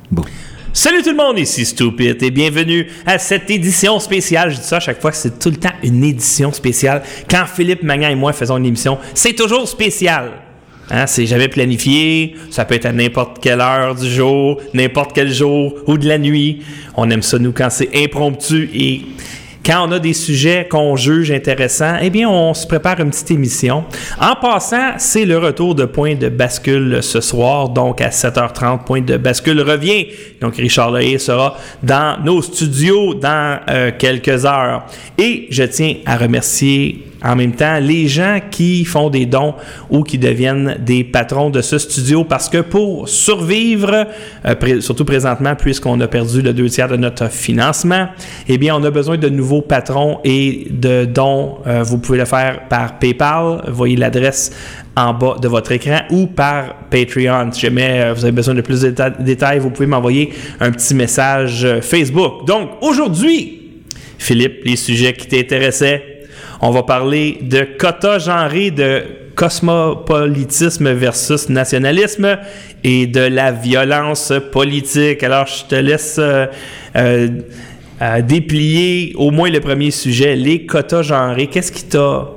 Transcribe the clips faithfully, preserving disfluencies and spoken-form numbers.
Bon. Salut tout le monde, ici Stupid et bienvenue à cette édition spéciale. Je dis ça à chaque fois, c'est tout le temps une édition spéciale. Quand Philippe Magnan et moi faisons une émission, c'est toujours spécial. Hein, c'est jamais planifié, ça peut être à n'importe quelle heure du jour, n'importe quel jour ou de la nuit. On aime ça, nous, quand c'est impromptu et quand on a des sujets qu'on juge intéressants, eh bien, on se prépare une petite émission. En passant, c'est le retour de Point de Bascule ce soir, donc à sept heures trente, Point de Bascule revient. Donc, Richard Lahaye sera dans nos studios dans euh, quelques heures. Et je tiens à remercier en même temps les gens qui font des dons ou qui deviennent des patrons de ce studio parce que pour survivre, euh, pré- surtout présentement puisqu'on a perdu le deux tiers de notre financement, eh bien on a besoin de nouveaux patrons et de dons. Euh, vous pouvez le faire par PayPal, voyez l'adresse en bas de votre écran ou par Patreon. Si jamais euh, vous avez besoin de plus de déta- détails, vous pouvez m'envoyer un petit message euh, Facebook. Donc aujourd'hui, Philippe, les sujets qui t'intéressaient. On va parler de quotas genrés, de cosmopolitisme versus nationalisme et de la violence politique. Alors, je te laisse euh, euh, euh, déplier au moins le premier sujet, les quotas genrés. Qu'est-ce qui t'a,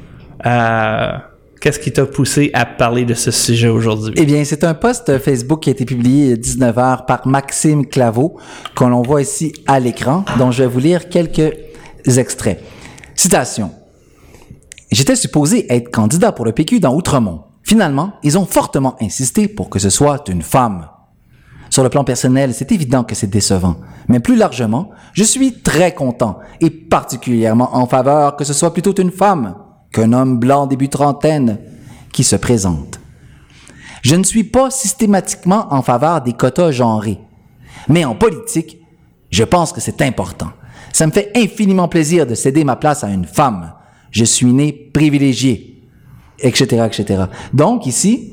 euh, qu'est-ce qui t'a poussé à parler de ce sujet aujourd'hui? Eh bien, c'est un post Facebook qui a été publié à dix-neuf heures par Maxime Claveau, qu'on l'on voit ici à l'écran, dont je vais vous lire quelques extraits. Citation. « J'étais supposé être candidat pour le P Q dans Outremont. Finalement, ils ont fortement insisté pour que ce soit une femme. Sur le plan personnel, c'est évident que c'est décevant. Mais plus largement, je suis très content et particulièrement en faveur que ce soit plutôt une femme qu'un homme blanc début trentaine qui se présente. Je ne suis pas systématiquement en faveur des quotas genrés. Mais en politique, je pense que c'est important. Ça me fait infiniment plaisir de céder ma place à une femme. Je suis né privilégié, et cetera, et cetera. Donc, ici,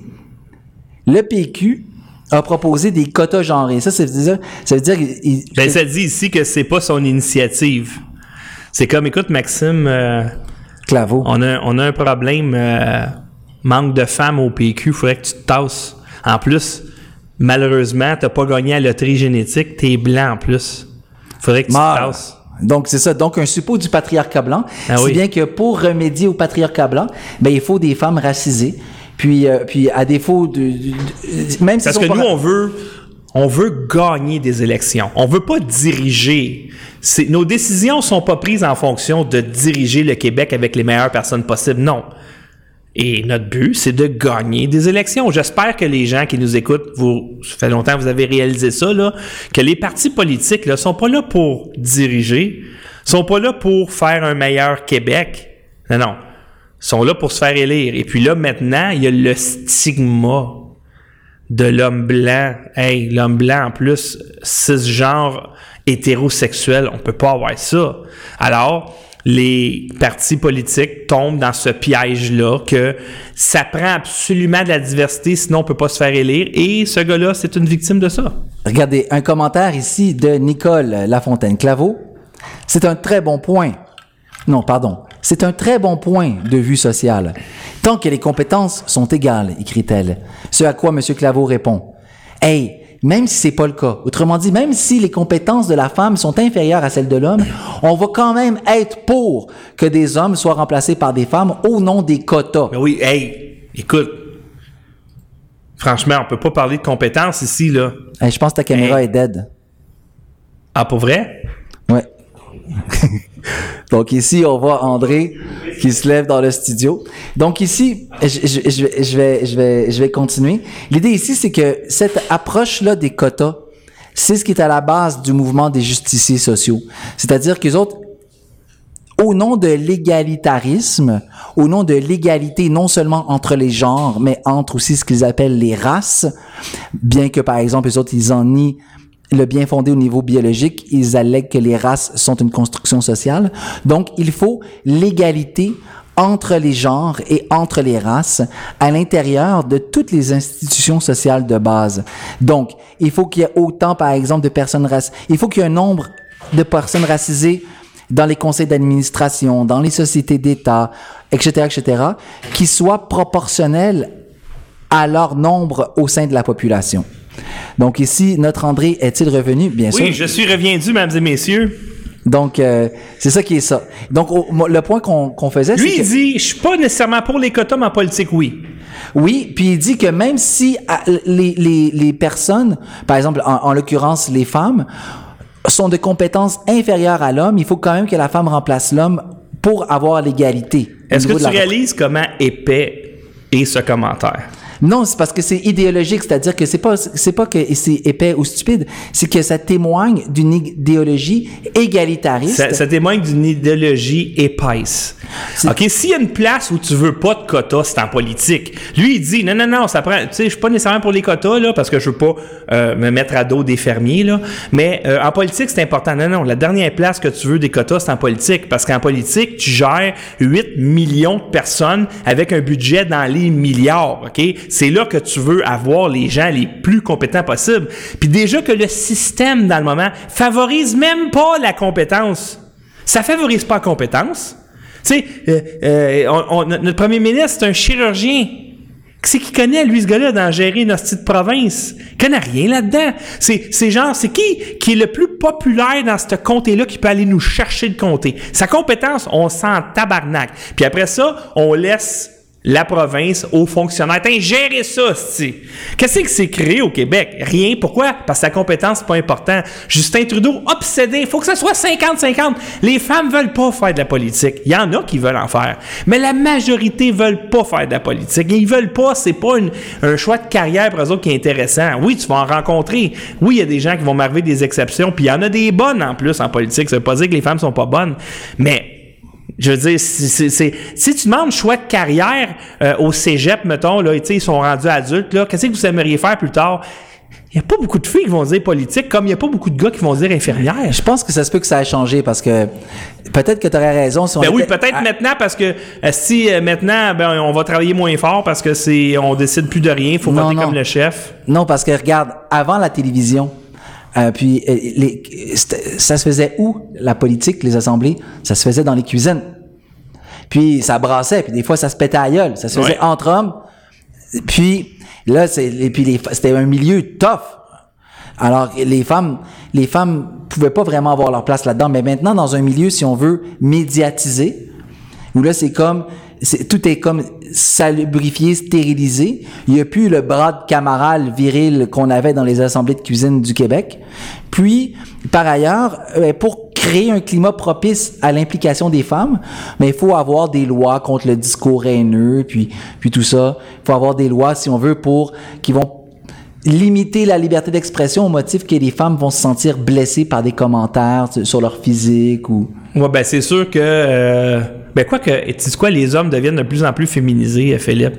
le P Q a proposé des quotas genrés. Ça, ça veut dire... Ça veut dire il, ben, ça dit ici que c'est pas son initiative. C'est comme, écoute, Maxime... Euh, Claveau. On a, on a un problème. Euh, manque de femmes au P Q. Il faudrait que tu te tasses. En plus, malheureusement, t'as pas gagné à la loterie génétique. T'es blanc, en plus. Faudrait que tu Mort. te tasses. Donc, c'est ça. Donc, un suppôt du patriarcat blanc. Ah si oui. bien que pour remédier au patriarcat blanc, ben, il faut des femmes racisées. Puis, euh, puis à défaut de... de, de même si Parce que nous, on veut, on veut gagner des élections. On veut pas diriger. C'est, nos décisions sont pas prises en fonction de diriger le Québec avec les meilleures personnes possibles. Non. Et notre but, c'est de gagner des élections. J'espère que les gens qui nous écoutent, vous, ça fait longtemps que vous avez réalisé ça, là, que les partis politiques là, sont pas là pour diriger, sont pas là pour faire un meilleur Québec. Non, non. Ils sont là pour se faire élire. Et puis là, maintenant, il y a le stigma de l'homme blanc. Hey, l'homme blanc, en plus, cisgenre, hétérosexuel, on peut pas avoir ça. Alors... les partis politiques tombent dans ce piège-là que ça prend absolument de la diversité, sinon on peut pas se faire élire. Et ce gars-là, c'est une victime de ça. Regardez, un commentaire ici de Nicole Lafontaine-Claveau. C'est un très bon point. Non, pardon. C'est un très bon point de vue sociale. Tant que les compétences sont égales, écrit-elle. Ce à quoi M. Claveau répond. Hey, même si c'est pas le cas. Autrement dit, même si les compétences de la femme sont inférieures à celles de l'homme, on va quand même être pour que des hommes soient remplacés par des femmes au nom des quotas. Mais oui, hey, écoute, franchement, on peut pas parler de compétences ici, là. Hey, je pense que ta caméra hey. est dead. Ah, pour vrai? Ouais. Donc ici, on voit André qui se lève dans le studio. Donc ici, je, je, je, vais, je, vais, je, vais, je vais continuer. L'idée ici, c'est que cette approche-là des quotas, c'est ce qui est à la base du mouvement des justiciers sociaux. C'est-à-dire qu'eux autres, au nom de l'égalitarisme, au nom de l'égalité non seulement entre les genres, mais entre aussi ce qu'ils appellent les races, bien que par exemple, eux autres, ils en nient le bien fondé au niveau biologique, ils allèguent que les races sont une construction sociale. Donc, il faut l'égalité entre les genres et entre les races à l'intérieur de toutes les institutions sociales de base. Donc, il faut qu'il y ait autant, par exemple, de personnes racisées. Il faut qu'il y ait un nombre de personnes racisées dans les conseils d'administration, dans les sociétés d'État, et cetera, et cetera, qui soit proportionnel à leur nombre au sein de la population. Donc ici, notre André est-il revenu? Bien sûr. Oui, je suis reviendu, mesdames et messieurs. Donc, euh, c'est ça qui est ça. Donc, au, le point qu'on, qu'on faisait, Lui, c'est il que... dit, je suis pas nécessairement pour les quotas, mais en politique, oui. Oui, puis il dit que même si à, les, les, les personnes, par exemple, en, en l'occurrence les femmes, sont de compétences inférieures à l'homme, il faut quand même que la femme remplace l'homme pour avoir l'égalité. Est-ce que tu la... réalises comment épais est ce commentaire? Non, c'est parce que c'est idéologique, c'est-à-dire que c'est pas c'est pas que c'est épais ou stupide, c'est que ça témoigne d'une idéologie égalitariste. Ça, ça témoigne d'une idéologie épaisse. C'est... OK, s'il y a une place où tu veux pas de quotas, c'est en politique. Lui, il dit non non non, ça prend, tu sais, je suis pas nécessairement pour les quotas là parce que je veux pas euh, me mettre à dos des fermiers là, mais euh, en politique, c'est important. Non non, la dernière place que tu veux des quotas, c'est en politique parce qu'en politique, tu gères huit millions de personnes avec un budget dans les milliards, OK? C'est là que tu veux avoir les gens les plus compétents possibles. Puis déjà que le système, dans le moment, favorise même pas la compétence. Ça favorise pas la compétence. Tu sais, euh, euh, on, on, notre premier ministre, c'est un chirurgien. Qu'est-ce qu'il connaît, lui, ce gars-là, dans gérer une hostie de province? Il connaît rien là-dedans. C'est, c'est genre, c'est qui qui est le plus populaire dans ce comté-là qui peut aller nous chercher le comté? Sa compétence, on s'en tabarnak. Puis après ça, on laisse la province aux fonctionnaires. T'as géré ça, c'ti. Qu'est-ce que c'est créé au Québec? Rien. Pourquoi? Parce que sa compétence, c'est pas important. Justin Trudeau, obsédé. Il faut que ça soit cinquante cinquante. Les femmes veulent pas faire de la politique. Il y en a qui veulent en faire. Mais la majorité veulent pas faire de la politique. Ils veulent pas. C'est pas une, un choix de carrière pour eux autres qui est intéressant. Oui, tu vas en rencontrer. Oui, il y a des gens qui vont m'arriver des exceptions. Puis il y en a des bonnes en plus en politique. Ça veut pas dire que les femmes sont pas bonnes. Mais je veux dire, c'est, c'est, c'est, si tu demandes choix de carrière euh, au cégep, mettons, là, tu sais, ils sont rendus adultes, là, qu'est-ce que vous aimeriez faire plus tard? Il n'y a pas beaucoup de filles qui vont dire politique, comme il n'y a pas beaucoup de gars qui vont dire infirmière. Je pense que ça se peut que ça ait changé, parce que peut-être que tu aurais raison. Si on ben était... oui, peut-être à... maintenant, parce que euh, si euh, maintenant, ben, on va travailler moins fort, parce que c'est, on décide plus de rien, il faut non, voter non. comme le chef. Non, parce que regarde, avant la télévision, Euh, puis euh, les, ça se faisait où, la politique, les assemblées? Ça se faisait dans les cuisines. Puis ça brassait, puis des fois ça se pétait à la gueule. Ça se faisait ouais. entre hommes. Puis là, c'est, et puis les, c'était un milieu tough. Alors les femmes, les femmes pouvaient pas vraiment avoir leur place là-dedans. Mais maintenant, dans un milieu, si on veut, médiatisé, où là c'est comme, c'est, tout est comme salubrifié, stérilisé. Il n'y a plus le bras de camarade viril qu'on avait dans les assemblées de cuisine du Québec. Puis, par ailleurs, euh, pour créer un climat propice à l'implication des femmes, mais il faut avoir des lois contre le discours haineux, puis, puis tout ça. Il faut avoir des lois, si on veut, pour qui vont limiter la liberté d'expression au motif que les femmes vont se sentir blessées par des commentaires sur leur physique ou... Ouais, ben c'est sûr que... Euh, ben quoi que... Tu sais quoi, les hommes deviennent de plus en plus féminisés, Philippe.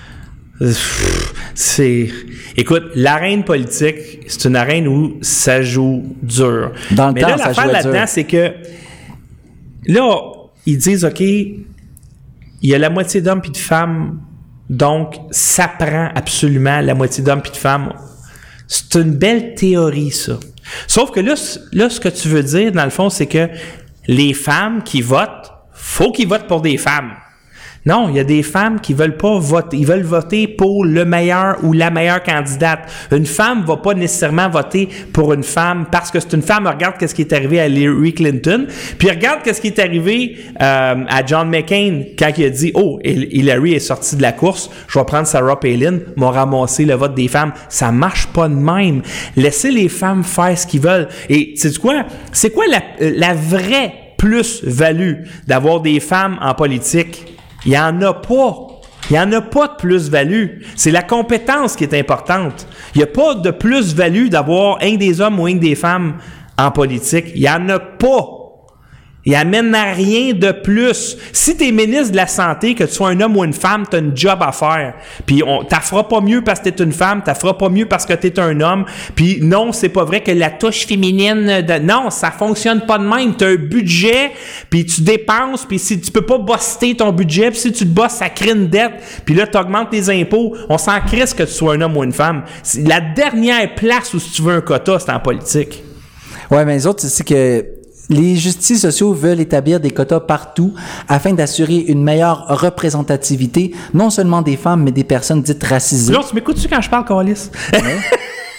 C'est... Écoute, l'arène politique, c'est une arène où ça joue dur. Dans le Mais temps, là, ça l'affaire jouait là-dedans, dur. c'est que... Là, ils disent, OK, il y a la moitié d'hommes puis de femmes... Donc, ça prend absolument la moitié d'hommes puis de femmes. C'est une belle théorie, ça. Sauf que là, là, ce que tu veux dire, dans le fond, c'est que les femmes qui votent, faut qu'ils votent pour des femmes. Non, il y a des femmes qui veulent pas voter. Ils veulent voter pour le meilleur ou la meilleure candidate. Une femme va pas nécessairement voter pour une femme parce que c'est une femme. Regarde qu'est-ce qui est arrivé à Hillary Clinton. Puis regarde qu'est-ce qui est arrivé euh, à John McCain quand il a dit « Oh, Hillary est sortie de la course. Je vais prendre Sarah Palin, m'a ramassé le vote des femmes. » Ça marche pas de même. Laissez les femmes faire ce qu'ils veulent. Et sais-tu quoi? C'est quoi la, la vraie plus-value d'avoir des femmes en politique? Il n'y en a pas. Il n'y en a pas de plus-value. C'est la compétence qui est importante. Il n'y a pas de plus-value d'avoir un des hommes ou un des femmes en politique. Il n'y en a pas. Il amène à rien de plus. Si tu es ministre de la Santé, que tu sois un homme ou une femme, tu as une job à faire. Puis on t'en feras pas mieux parce que tu es une femme, t'en feras pas mieux parce que tu es un homme. Puis non, c'est pas vrai que la touche féminine... De... Non, ça fonctionne pas de même. Tu as un budget, puis tu dépenses, puis si tu peux pas bosser ton budget, puis si tu te bosses, ça crée une dette, puis là, tu augmentes tes impôts. On s'en crisse que tu sois un homme ou une femme. C'est la dernière place où si tu veux un quota, c'est en politique. Ouais, mais les autres, c'est que... Les justices sociaux veulent établir des quotas partout afin d'assurer une meilleure représentativité, non seulement des femmes, mais des personnes dites racisées. Là, tu m'écoutes-tu quand je parle, Carlis? Ouais.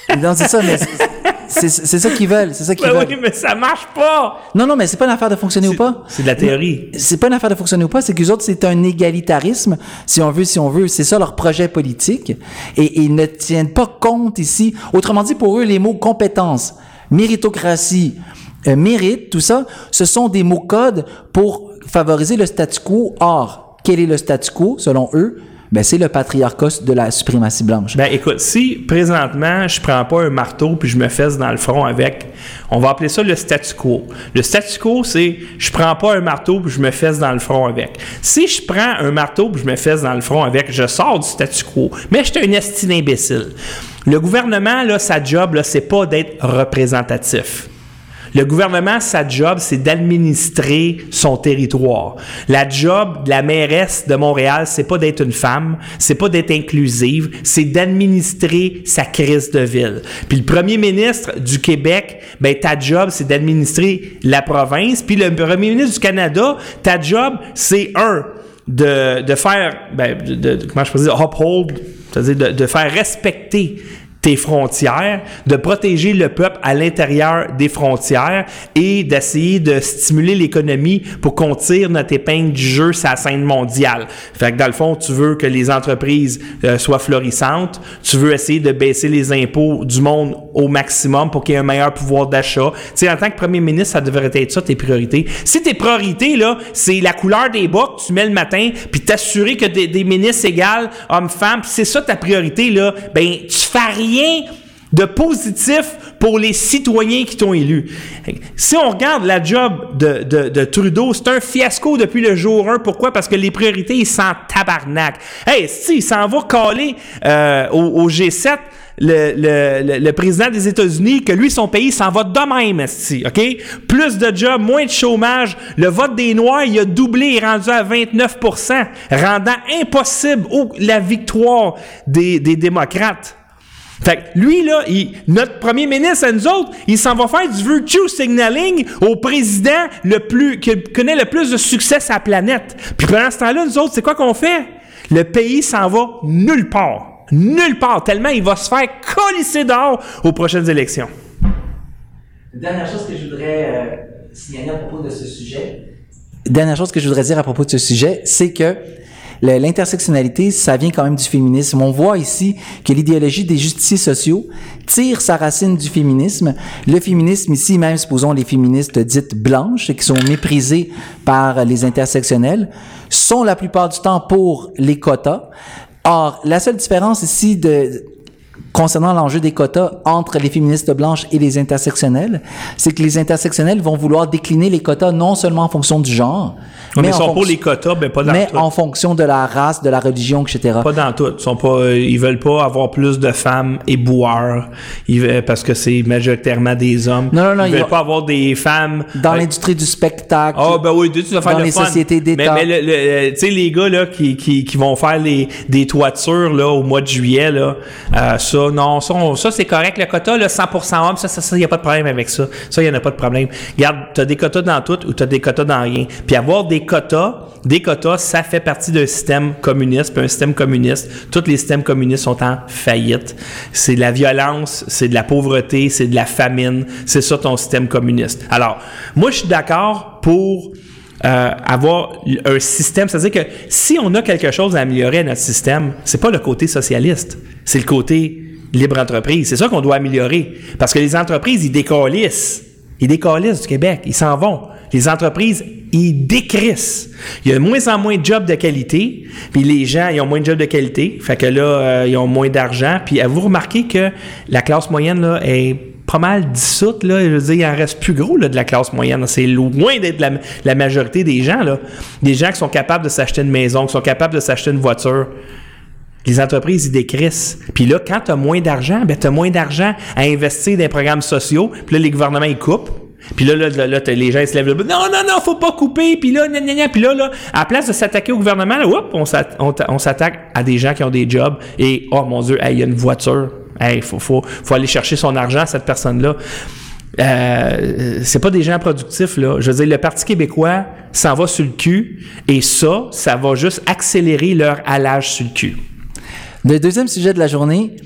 Non, c'est ça, mais c'est, c'est, c'est ça qu'ils veulent. C'est ça qu'ils Ben veulent. oui, mais ça marche pas! Non, non, mais c'est pas une affaire de fonctionner C'est, ou pas. c'est de la théorie. C'est pas une affaire de fonctionner ou pas, c'est qu'eux autres, c'est un égalitarisme, si on veut, si on veut. C'est ça leur projet politique. Et, et ils ne tiennent pas compte ici. Autrement dit, pour eux, les mots compétence, méritocratie, euh, mérite, tout ça, ce sont des mots codes pour favoriser le statu quo. Or, quel est le statu quo, selon eux? Ben, c'est le patriarcat de la suprématie blanche. Ben, écoute, si présentement, je prends pas un marteau puis je me fesse dans le front avec, on va appeler ça le statu quo. Le statu quo, c'est je prends pas un marteau puis je me fesse dans le front avec. Si je prends un marteau puis je me fesse dans le front avec, je sors du statu quo. Mais je suis un esti d'imbécile. Le gouvernement, là, sa job, là, c'est pas d'être représentatif. Le gouvernement, sa job, c'est d'administrer son territoire. La job de la mairesse de Montréal, c'est pas d'être une femme, c'est pas d'être inclusive, c'est d'administrer sa crise de ville. Puis le premier ministre du Québec, ben ta job, c'est d'administrer la province. Puis le premier ministre du Canada, ta job, c'est un, de, de faire, ben, de, de, comment je peux dire, uphold, c'est-à-dire de, de faire respecter tes frontières, de protéger le peuple à l'intérieur des frontières et d'essayer de stimuler l'économie pour qu'on tire notre épingle du jeu sur la scène mondiale. Fait que dans le fond, tu veux que les entreprises euh, soient florissantes, tu veux essayer de baisser les impôts du monde au maximum pour qu'il y ait un meilleur pouvoir d'achat. Tu sais, en tant que premier ministre, ça devrait être ça, tes priorités. Si tes priorités, là, c'est la couleur des bas que tu mets le matin, puis t'assurer que des, des ministres égales, hommes-femmes, c'est ça ta priorité, là, ben, tu fais rien de positif pour les citoyens qui t'ont élu. Si on regarde la job de, de, de Trudeau, c'est un fiasco depuis le jour un. Pourquoi? Parce que les priorités, ils s'en tabarnak. Hey, si, il s'en va caler euh, au, au G sept, le, le, le, le président des États-Unis, que lui, son pays s'en va de même, esti, OK? Plus de jobs, moins de chômage. Le vote des Noirs, il a doublé, il est rendu à vingt-neuf pour cent, rendant impossible oh, la victoire des, des démocrates. Fait que lui, là, il, notre premier ministre à nous autres, il s'en va faire du virtue signaling au président le plus, qui connaît le plus de succès sur la planète. Puis pendant ce temps-là, nous autres, c'est quoi qu'on fait? Le pays s'en va nulle part. Nulle part. Tellement il va se faire colisser dehors aux prochaines élections. Dernière chose que je voudrais euh, signaler à propos de ce sujet. Dernière chose que je voudrais dire à propos de ce sujet, c'est que l'intersectionnalité, ça vient quand même du féminisme. On voit ici que l'idéologie des justiciers sociaux tire sa racine du féminisme. Le féminisme ici, même supposons les féministes dites blanches, qui sont méprisées par les intersectionnels, sont la plupart du temps pour les quotas. Or, la seule différence ici de concernant l'enjeu des quotas entre les féministes blanches et les intersectionnels, c'est que les intersectionnels vont vouloir décliner les quotas non seulement en fonction du genre, mais, mais ils sont fonction, pour les quotas, mais pas dans mais tout. en fonction de la race, de la religion, et cetera. Pas dans tout. Ils sont pas, euh, ils veulent pas avoir plus de femmes éboueurs, ils veulent, parce que c'est majoritairement des hommes. Non, non, non. Ils, ils veulent vont, pas avoir des femmes dans euh, l'industrie du spectacle. Ah, oh, ben oui, tu vas faire dans le les fun. sociétés d'État. Mais, mais le, le, tu sais, les gars, là, qui, qui, qui vont faire les, des toitures, là, au mois de juillet, là, euh, ça, non, ça, on, ça, c'est correct, le quota, là, cent pour cent hommes, ça, ça, ça, y a pas de problème avec ça. Ça, y en a pas de problème. Regarde, t'as des quotas dans tout ou t'as des quotas dans rien. Puis avoir des quotas, des quotas, ça fait partie d'un système communiste. Puis un système communiste, tous les systèmes communistes sont en faillite. C'est de la violence, c'est de la pauvreté, c'est de la famine. C'est ça ton système communiste. Alors, moi, je suis d'accord pour euh, avoir un système. C'est-à-dire que si on a quelque chose à améliorer à notre système, c'est pas le côté socialiste, c'est le côté libre entreprise. C'est ça qu'on doit améliorer. Parce que les entreprises, ils décalissent. Ils décalissent du Québec. Ils s'en vont. Les entreprises, ils décrissent. Il y a de moins en moins de jobs de qualité, puis les gens, ils ont moins de jobs de qualité, fait que là, euh, ils ont moins d'argent. Puis vous remarquez que la classe moyenne, là, est pas mal dissoute, là. Je veux dire, il en reste plus gros, là, de la classe moyenne. C'est loin d'être la, la majorité des gens, là. Des gens qui sont capables de s'acheter une maison, qui sont capables de s'acheter une voiture. Les entreprises, ils décrissent. Puis là, quand tu as moins d'argent, ben tu as moins d'argent à investir dans les programmes sociaux. Puis là, les gouvernements, ils coupent. Puis là, là, là, là les gens ils se lèvent là, non, non, non, faut pas couper. Puis là, gna, gna, gna. Puis là, là, à la place de s'attaquer au gouvernement, là, hop, on, s'att- on, on s'attaque à des gens qui ont des jobs. Et, oh mon Dieu, il hey, y a une voiture. Il hey, faut, faut, faut aller chercher son argent à cette personne-là. Euh, c'est pas des gens productifs, là. Je veux dire, le Parti québécois s'en va sur le cul. Et ça, ça va juste accélérer leur halage sur le cul. Le deuxième sujet de la journée,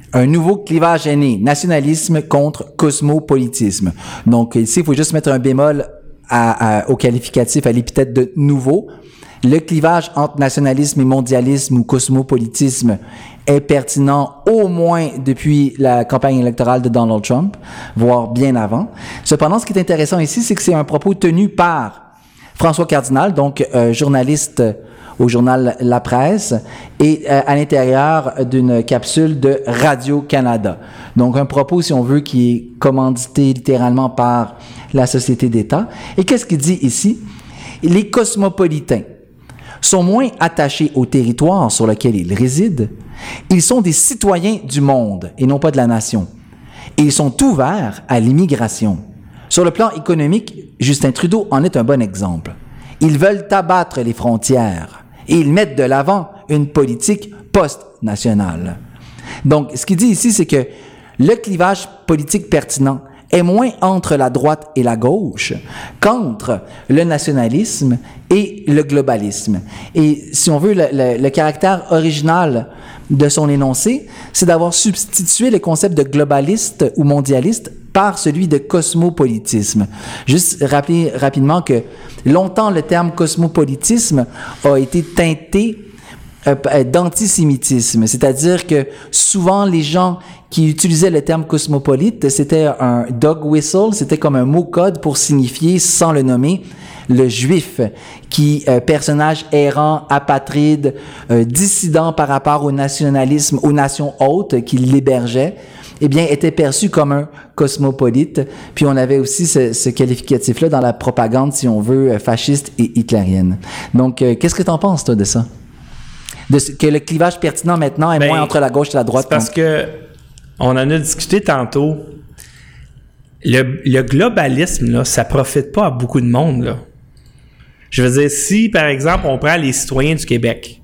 Un nouveau clivage est né, nationalisme contre cosmopolitisme. Donc ici, il faut juste mettre un bémol à, à, au qualificatif, à l'épithète de nouveau. Le clivage entre nationalisme et mondialisme ou cosmopolitisme est pertinent au moins depuis la campagne électorale de Donald Trump, voire bien avant. Cependant, ce qui est intéressant ici, c'est que c'est un propos tenu par François Cardinal, donc euh, journaliste au journal La Presse, et euh, à l'intérieur d'une capsule de Radio-Canada. Donc un propos, si on veut, qui est commandité littéralement par la société d'État. Et qu'est-ce qu'il dit ici? Les cosmopolitains sont moins attachés au territoire sur lequel ils résident. Ils sont des citoyens du monde et non pas de la nation. Et ils sont ouverts à l'immigration. Sur le plan économique, Justin Trudeau en est un bon exemple. Ils veulent abattre les frontières et ils mettent de l'avant une politique post-nationale. Donc, ce qu'il dit ici, c'est que le clivage politique pertinent est moins entre la droite et la gauche qu'entre le nationalisme et le globalisme. Et si on veut, le, le, le caractère original de son énoncé, c'est d'avoir substitué le concept de globaliste ou mondialiste par celui de cosmopolitisme. Juste rappeler rapidement que longtemps, le terme cosmopolitisme a été teinté euh, d'antisémitisme, c'est-à-dire que souvent les gens qui utilisaient le terme cosmopolite, c'était un dog whistle, c'était comme un mot code pour signifier, sans le nommer, le juif, qui, euh, personnage errant, apatride, euh, dissident par rapport au nationalisme, aux nations hautes qui l'hébergeaient, eh bien, était perçu comme un cosmopolite. Puis on avait aussi ce, ce qualificatif-là dans la propagande, si on veut, fasciste et hitlérienne. Donc, euh, qu'est-ce que tu en penses, toi, de ça? De ce, que le clivage pertinent maintenant est ben, moins entre la gauche et la droite? C'est parce que on en a discuté tantôt. Le, le globalisme, là, ça profite pas à beaucoup de monde, là. Je veux dire, si, par exemple, on prend les citoyens du Québec,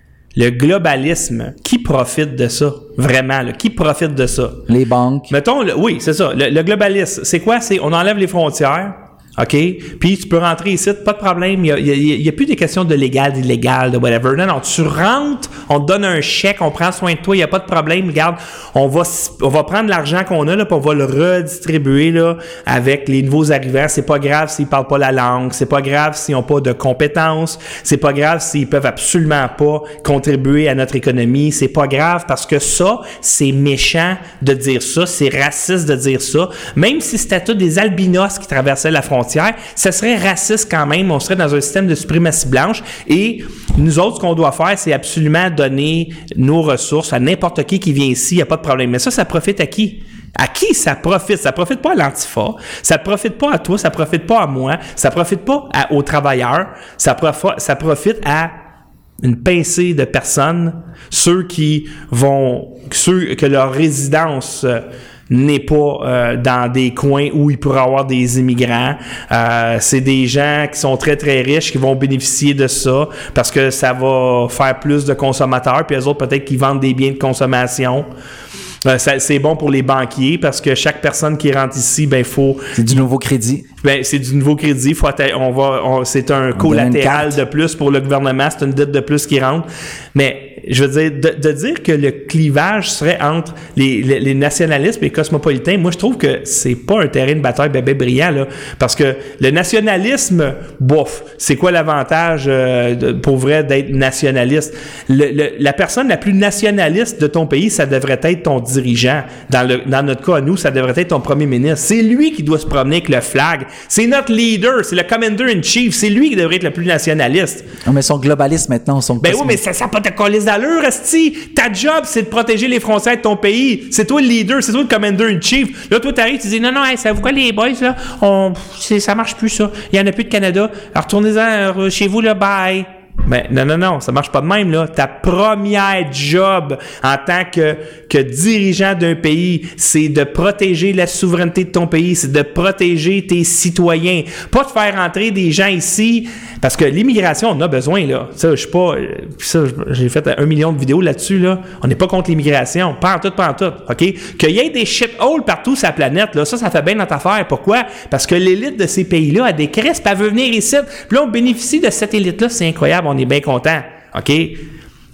le globalisme, qui profite de ça? Vraiment, là, qui profite de ça? Les banques. Mettons, le, oui, c'est ça. Le, le globalisme, c'est quoi? C'est on enlève les frontières, OK? Puis tu peux rentrer ici, pas de problème. Il n'y a, y a, a plus des questions de légal, d'illégal, de whatever. Non, non, tu rentres, on te donne un chèque, on prend soin de toi, il n'y a pas de problème. Regarde, on va, on va prendre l'argent qu'on a, là, puis on va le redistribuer là, avec les nouveaux arrivants. C'est pas grave s'ils parlent pas la langue, c'est pas grave s'ils n'ont pas de compétences, c'est pas grave s'ils peuvent absolument pas contribuer à notre économie, c'est pas grave parce que ça, c'est méchant de dire ça, c'est raciste de dire ça. Même si c'était tous des albinos qui traversaient la frontière, ça serait raciste quand même. On serait dans un système de suprématie blanche et nous autres, ce qu'on doit faire, c'est absolument donner nos ressources à n'importe qui qui vient ici, il n'y a pas de problème. Mais ça, ça profite à qui? À qui ça profite? Ça profite pas à l'Antifa, ça profite pas à toi, ça profite pas à moi, ça profite pas à, aux travailleurs, ça, prof, ça profite à une pincée de personnes, ceux qui vont, ceux que leur résidence euh, n'est pas euh, dans des coins où il pourrait y avoir des immigrants. Euh, c'est des gens qui sont très, très riches qui vont bénéficier de ça parce que ça va faire plus de consommateurs. Puis eux autres, peut-être qu'ils vendent des biens de consommation. Euh, ça, c'est bon pour les banquiers parce que chaque personne qui rentre ici, ben faut... C'est du nouveau crédit. Ben, c'est du nouveau crédit. Faut atta- on va, on, c'est un on collatéral de plus pour le gouvernement. C'est une dette de plus qui rentre. Mais je veux dire, de, de dire que le clivage serait entre les, les, les nationalistes et les cosmopolitains, moi, je trouve que c'est pas un terrain de bataille bébé brillant, là. Parce que le nationalisme, bof, c'est quoi l'avantage, euh, de, pour vrai, d'être nationaliste? Le, le, la personne la plus nationaliste de ton pays, ça devrait être ton dirigeant. Dans, le, dans notre cas, nous, ça devrait être ton premier ministre. C'est lui qui doit se promener avec le flag. C'est notre leader, c'est le commander-in-chief. C'est lui qui devrait être le plus nationaliste. Non, mais son globaliste maintenant, son Ben cosmo... oui, mais ça n'a pas de colis d'allure, esti. Ta job, c'est de protéger les frontières de ton pays. C'est toi le leader, c'est toi le commander-in-chief. Là, toi, t'arrives, tu dis, non, non, hey, savez-vous quoi, les boys, là? On, c'est, ça marche plus, ça. Il n'y en a plus de Canada. Alors, retournez-en euh, chez vous, là, bye. Ben, non, non, non, ça marche pas de même, là. Ta première job en tant que, que dirigeant d'un pays, c'est de protéger la souveraineté de ton pays, c'est de protéger tes citoyens. Pas de faire entrer des gens ici, parce que l'immigration, on a besoin, là. Ça, je suis pas, ça, j'ai fait un million de vidéos là-dessus, là. On n'est pas contre l'immigration. Pas en tout, pas en tout, OK? Qu'il y ait des shitholes partout sur la planète, là, ça, ça fait bien notre affaire. Pourquoi? Parce que l'élite de ces pays-là a des crespes, elle veut venir ici. Puis là, on bénéficie de cette élite-là, c'est incroyable. On est bien content, OK?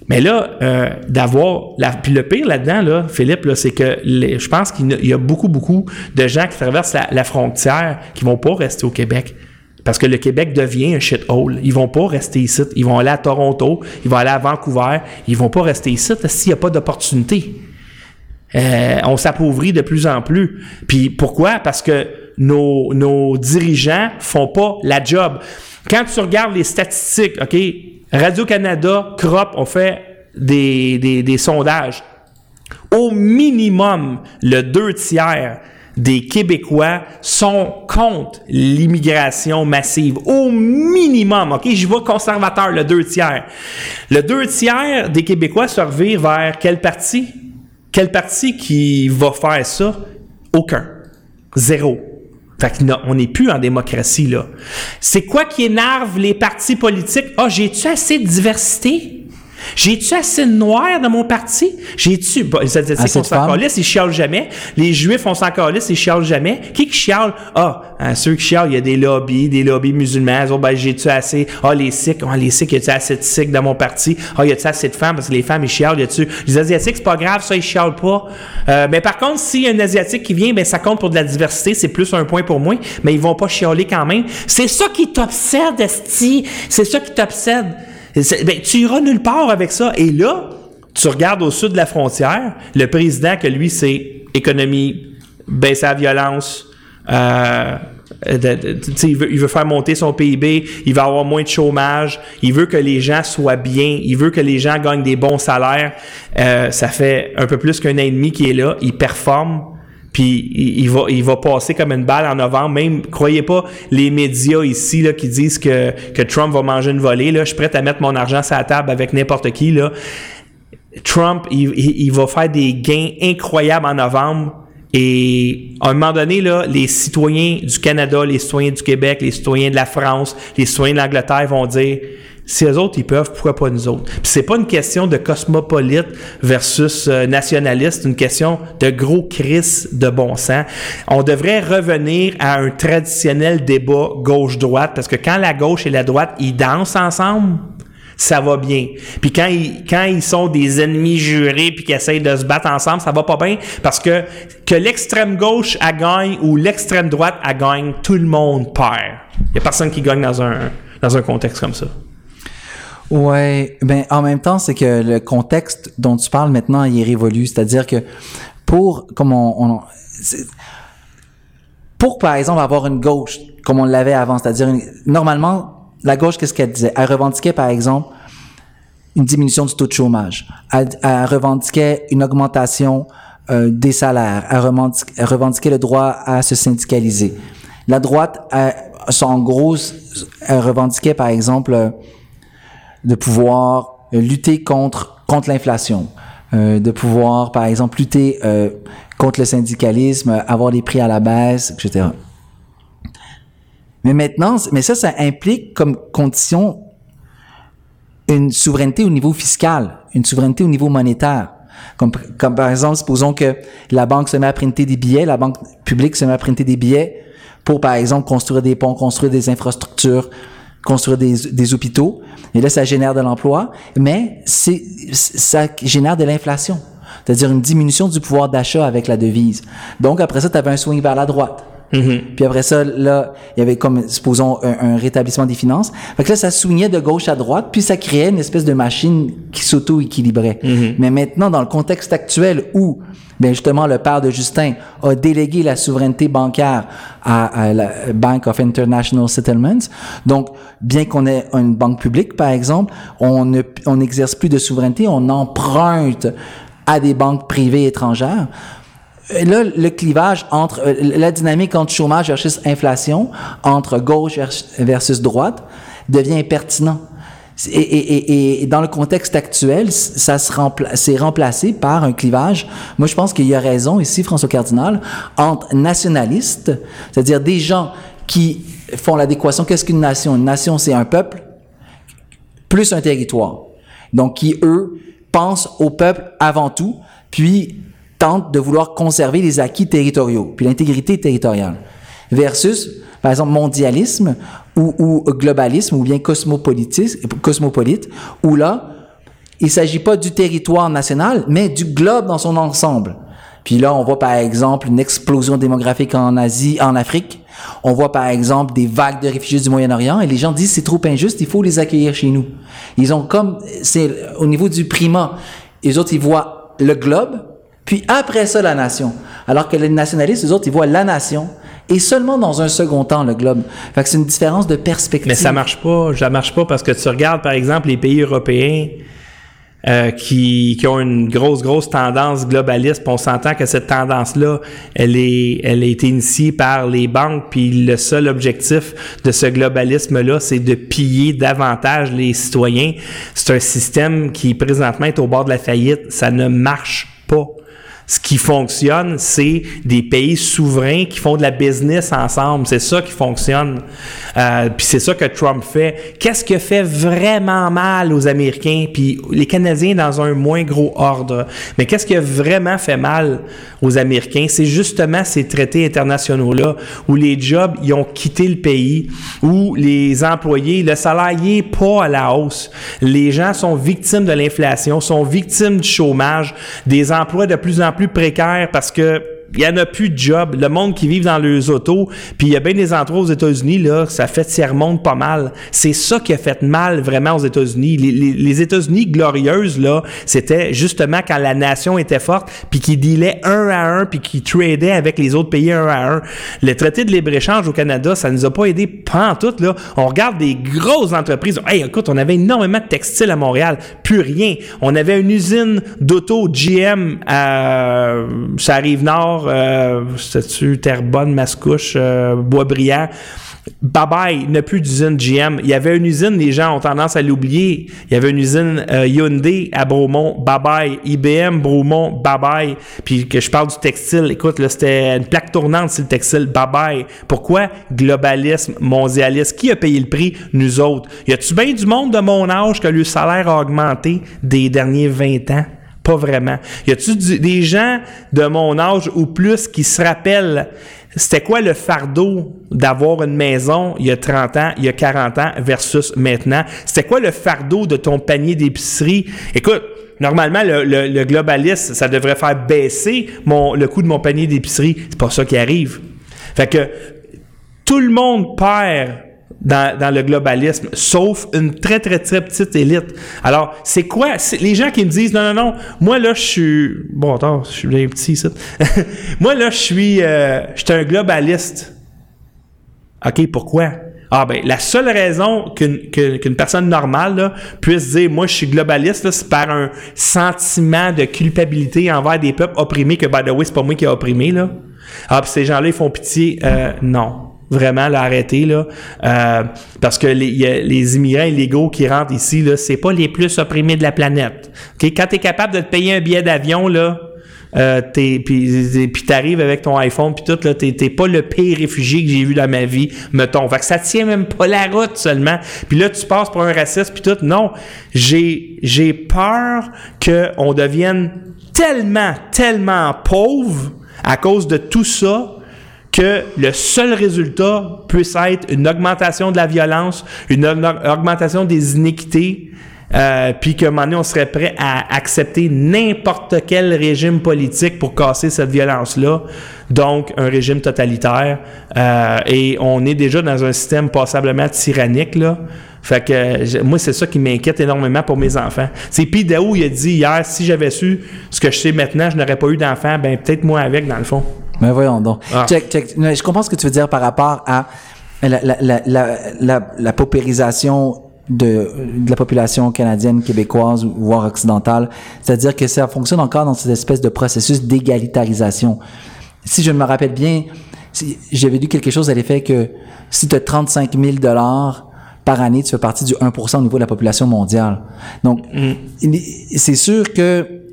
Mais là, euh, d'avoir... La, puis le pire là-dedans, là, Philippe, là, c'est que les, je pense qu'il y a beaucoup, beaucoup de gens qui traversent la, la frontière qui vont pas rester au Québec. Parce que le Québec devient un shithole. Ils vont pas rester ici. Ils vont aller à Toronto, ils vont aller à Vancouver. Ils vont pas rester ici s'il n'y a pas d'opportunité. Euh, on s'appauvrit de plus en plus. Puis pourquoi? Parce que nos, nos dirigeants font pas la job. Quand tu regardes les statistiques, OK, Radio-Canada, Crop, on fait des, des, des sondages. Au minimum, le deux tiers des Québécois sont contre l'immigration massive. Au minimum, OK? J'y vais conservateur, le deux tiers. Le deux tiers des Québécois se revirent vers quel parti? Quel parti qui va faire ça? Aucun. Zéro. Fait qu'on n'est plus en démocratie, là. C'est quoi qui énerve les partis politiques? Ah, oh, j'ai-tu assez de diversité? J'ai-tu assez de noirs dans mon parti? J'ai-tu... Bah, les Asiatiques, on s'en calisse, ils chialent jamais. Les Juifs, on s'en calisse, ils chialent jamais. Qui qui chiale? Ah, hein, ceux qui chialent, il y a des lobbies, des lobbies musulmans. Oh, ben, j'ai-tu assez... Ah, les Sikhs, ah, les Sikhs, y a-tu assez de Sikhs dans mon parti? Ah, y a-tu assez de femmes? Parce que les femmes, ils chialent, y a-tu... Les Asiatiques, c'est pas grave, ça, ils chialent pas. Euh, mais par contre, s'il y a un Asiatique qui vient, ben, ça compte pour de la diversité, c'est plus un point pour moi, mais ils vont pas chialer quand même. C'est ça qui t'obsède, esti. C'est ça qui t'obsède. Ben, tu iras nulle part avec ça. Et là, tu regardes au sud de la frontière, le président, que lui, c'est économie, baisser la violence, euh, de, de, il, veut, il veut faire monter son P I B, il veut avoir moins de chômage, il veut que les gens soient bien, il veut que les gens gagnent des bons salaires. Euh, ça fait un peu plus qu'un an et demi qu'il est là, il performe. Puis il, il va il va passer comme une balle en novembre. Même, croyez pas, les médias ici là qui disent que, que Trump va manger une volée. Là, je suis prêt à mettre mon argent sur la table avec n'importe qui. Là. Trump, il, il, il va faire des gains incroyables en novembre. Et à un moment donné, là, les citoyens du Canada, les citoyens du Québec, les citoyens de la France, les citoyens de l'Angleterre vont dire... Si eux autres, ils peuvent, pourquoi pas nous autres? Puis c'est pas une question de cosmopolite versus euh, nationaliste, c'est une question de gros crise de bon sens. On devrait revenir à un traditionnel débat gauche-droite, parce que quand la gauche et la droite, ils dansent ensemble, ça va bien. Puis quand ils, quand ils sont des ennemis jurés puis qu'ils essayent de se battre ensemble, ça va pas bien, parce que que l'extrême gauche a gagne ou l'extrême droite a gagne, tout le monde perd. Il y a personne qui gagne dans un, dans un contexte comme ça. Ouais, ben en même temps, c'est que le contexte dont tu parles maintenant, il est révolu. C'est-à-dire que pour, comme on, on pour par exemple avoir une gauche comme on l'avait avant, c'est-à-dire une, normalement la gauche, qu'est-ce qu'elle disait? Elle revendiquait par exemple une diminution du taux de chômage. Elle, elle revendiquait une augmentation euh, des salaires. Elle revendiquait, elle revendiquait le droit à se syndicaliser. La droite, elle, en gros, elle revendiquait par exemple de pouvoir lutter contre contre l'inflation, euh, de pouvoir, par exemple, lutter euh, contre le syndicalisme, avoir les prix à la baisse, et cetera. Mais maintenant, mais ça, ça implique comme condition une souveraineté au niveau fiscal, une souveraineté au niveau monétaire. Comme, comme par exemple, supposons que la banque se met à printer des billets, la banque publique se met à printer des billets pour, par exemple, construire des ponts, construire des infrastructures, construire des, des hôpitaux. Et là, ça génère de l'emploi, mais c'est, ça génère de l'inflation. C'est-à-dire une diminution du pouvoir d'achat avec la devise. Donc, après ça, tu avais un swing vers la droite. Mm-hmm. Puis après ça, là, il y avait comme, supposons, un, un rétablissement des finances. Fait que là, ça swingait de gauche à droite, puis ça créait une espèce de machine qui s'auto-équilibrait. Mm-hmm. Mais maintenant, dans le contexte actuel où, bien justement, le père de Justin a délégué la souveraineté bancaire à, à la Bank of International Settlements, donc, bien qu'on ait une banque publique, par exemple, on ne, on n'exerce plus de souveraineté, on emprunte à des banques privées étrangères. Là, le clivage entre, la dynamique entre chômage versus inflation, entre gauche versus droite, devient pertinent. Et, et, et, et dans le contexte actuel, ça se rempla- c'est remplacé par un clivage. Moi, je pense qu'il y a raison ici, François Cardinal, entre nationalistes, c'est-à-dire des gens qui font l'adéquation. Qu'est-ce qu'une nation? Une nation, c'est un peuple plus un territoire. Donc, qui, eux, pensent au peuple avant tout, puis tentent de vouloir conserver les acquis territoriaux, puis l'intégrité territoriale. Versus, par exemple, mondialisme ou, ou globalisme ou bien cosmopolitisme, cosmopolite, où là, il s'agit pas du territoire national, mais du globe dans son ensemble. Puis là, on voit par exemple une explosion démographique en Asie, en Afrique. On voit par exemple des vagues de réfugiés du Moyen-Orient et les gens disent c'est trop injuste, il faut les accueillir chez nous. Ils ont comme, c'est au niveau du primat. Les autres, ils voient le globe, puis après ça, la nation. Alors que les nationalistes, les autres, ils voient la nation et seulement dans un second temps, le globe. Fait que c'est une différence de perspective. Mais ça marche pas, ça marche pas parce que tu regardes par exemple les pays européens Euh, qui, qui ont une grosse, grosse tendance globaliste. Puis on s'entend que cette tendance-là, elle est, elle a été initiée par les banques, puis le seul objectif de ce globalisme-là, c'est de piller davantage les citoyens. C'est un système qui, présentement, est au bord de la faillite. Ça ne marche pas. Ce qui fonctionne, c'est des pays souverains qui font de la business ensemble. C'est ça qui fonctionne. Euh, puis c'est ça que Trump fait. Qu'est-ce qui fait vraiment mal aux Américains, puis les Canadiens dans un moins gros ordre? Mais qu'est-ce qui a vraiment fait mal aux Américains? C'est justement ces traités internationaux-là où les jobs, ils ont quitté le pays, où les employés, le salaire n'est pas à la hausse. Les gens sont victimes de l'inflation, sont victimes du chômage, des emplois de plus en plus précaires parce que il y en a plus de job. Le monde qui vit dans leurs autos, puis il y a bien des endroits aux États-Unis, là, ça fait s'y remonte pas mal. C'est ça qui a fait mal vraiment aux États-Unis. Les, les, les États-Unis glorieuses, là, c'était justement quand la nation était forte, puis qui dealait un à un, puis qui tradait avec les autres pays un à un. Le traité de libre-échange au Canada, ça nous a pas aidé pantoute, là. On regarde des grosses entreprises. Hey, écoute, on avait énormément de textiles à Montréal. Plus rien. On avait une usine d'auto G M à, ça arrive nord, Euh, c'était-tu Terrebonne, Mascouche, euh, Boisbriand. Bye-bye, il n'y a plus d'usine G M. Il y avait une usine, les gens ont tendance à l'oublier. Il y avait une usine euh, Hyundai à Bromont, bye-bye. I B M, Bromont, bye-bye. Puis que je parle du textile, écoute, là, c'était une plaque tournante sur le textile, bye-bye. Pourquoi? Globalisme, mondialisme. Qui a payé le prix? Nous autres. Y a-tu bien du monde de mon âge que le salaire a augmenté des derniers vingt ans? Pas vraiment. Y a-tu du, des gens de mon âge ou plus qui se rappellent c'était quoi le fardeau d'avoir une maison il y a trente ans, il y a quarante ans versus maintenant? C'était quoi le fardeau de ton panier d'épicerie? Écoute, normalement, le, le, le globaliste, ça devrait faire baisser mon, le coût de mon panier d'épicerie. C'est pas ça qui arrive. Fait que tout le monde perd Dans, dans le globalisme, sauf une très, très, très petite élite. Alors, c'est quoi? C'est les gens qui me disent, non, non, non, moi, là, je suis... Bon, attends, je suis bien petit, ça. Moi, là, je suis... Euh, je suis un globaliste. OK, pourquoi? Ah, ben, la seule raison qu'une, qu'une, qu'une personne normale, là, puisse dire, moi, je suis globaliste, là, c'est par un sentiment de culpabilité envers des peuples opprimés, que, by the way, c'est pas moi qui ai opprimé, là. Ah, puis ces gens-là, ils font pitié. Euh, non. Vraiment, là, arrêter, là. Euh, parce que les, y a les immigrants illégaux qui rentrent ici, là, c'est pas les plus opprimés de la planète. OK? Quand t'es capable de te payer un billet d'avion, là, euh, t'es, puis, puis t'arrives avec ton iPhone, puis tout, là, t'es, t'es pas le pire réfugié que j'ai vu dans ma vie, mettons. Fait que ça tient même pas la route seulement. Puis là, tu passes pour un raciste, puis tout. Non. J'ai, j'ai peur qu'on devienne tellement, tellement pauvre à cause de tout ça, que le seul résultat puisse être une augmentation de la violence, une augmentation des iniquités, euh, puis qu'à un moment donné, on serait prêt à accepter n'importe quel régime politique pour casser cette violence-là, donc un régime totalitaire. Euh, et on est déjà dans un système passablement tyrannique, là. Fait que moi, c'est ça qui m'inquiète énormément pour mes enfants. C'est Pete Daou, il a dit hier, si j'avais su ce que je sais maintenant, je n'aurais pas eu d'enfants, ben peut-être moi avec, dans le fond. Mais voyons donc. Ah. Check, check. Je comprends ce que tu veux dire par rapport à la, la, la, la, la, la paupérisation de, de la population canadienne, québécoise, voire occidentale. C'est-à-dire que ça fonctionne encore dans cette espèce de processus d'égalitarisation. Si je me rappelle bien, si, j'avais lu quelque chose à l'effet que si tu as trente-cinq mille dollars par année, tu fais partie du un pour cent au niveau de la population mondiale. Donc, mm. c'est sûr que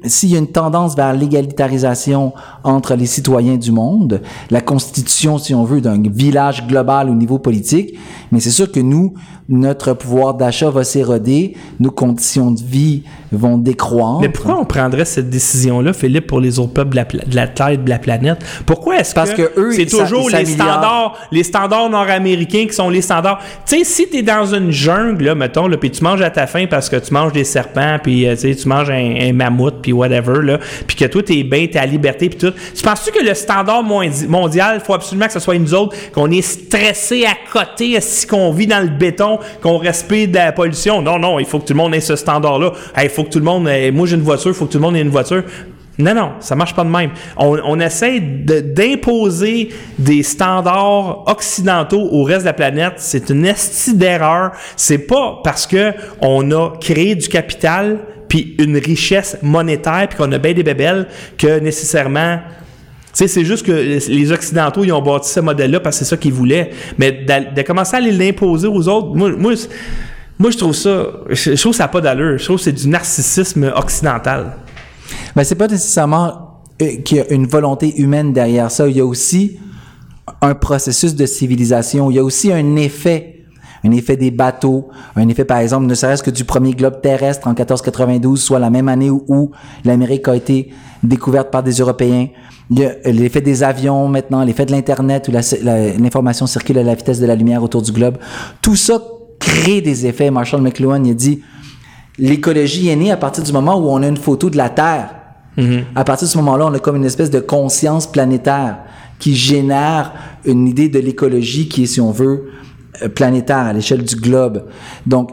s'il y a une tendance vers l'égalitarisation entre les citoyens du monde, la constitution, si on veut, d'un village global au niveau politique, mais c'est sûr que nous, notre pouvoir d'achat va s'éroder, nos conditions de vie vont décroître. Mais pourquoi on prendrait cette décision-là, Philippe, pour les autres peuples de la, pla- de la Terre, de la planète? Pourquoi est-ce Parce que, que eux, c'est ils toujours s'a- ils les standards, les standards nord-américains qui sont les standards? Tu sais, si t'es dans une jungle, là, mettons, là, puis tu manges à ta faim parce que tu manges des serpents, puis euh, tu sais, tu manges un, un mammouth, puis whatever, là, puis que toi, t'es bien, t'es à liberté, puis tout. Tu penses-tu que le standard mondi- mondial, il faut absolument que ce soit nous autres, qu'on est stressés à côté, si qu'on vit dans le béton, qu'on respire de la pollution? Non, non, il faut que tout le monde ait ce standard-là. Il hey, faut que tout le monde... ait, moi, j'ai une voiture, il faut que tout le monde ait une voiture. Non, non, ça marche pas de même. On, on essaie de, d'imposer des standards occidentaux au reste de la planète. C'est une estie d'erreur. C'est pas parce que on a créé du capital puis une richesse monétaire puis qu'on a bien des bébelles que nécessairement... Tu sais, c'est juste que les Occidentaux, ils ont bâti ce modèle-là parce que c'est ça qu'ils voulaient. Mais de, de commencer à aller l'imposer aux autres, moi, moi, moi je trouve ça... Je trouve que ça n'a pas d'allure. Je trouve que c'est du narcissisme occidental. Ben, c'est pas nécessairement euh, qu'il y a une volonté humaine derrière ça. Il y a aussi un processus de civilisation. Il y a aussi un effet, un effet des bateaux, un effet, par exemple, ne serait-ce que du premier globe terrestre en quatorze quatre-vingt-douze, soit la même année où, où l'Amérique a été découverte par des Européens. Il y a l'effet des avions maintenant, l'effet de l'Internet où la, la, l'information circule à la vitesse de la lumière autour du globe. Tout ça crée des effets. Marshall McLuhan, il a dit, l'écologie est née à partir du moment où on a une photo de la Terre. Mm-hmm. À partir de ce moment-là, on a comme une espèce de conscience planétaire qui génère une idée de l'écologie qui est, si on veut, planétaire à l'échelle du globe. Donc,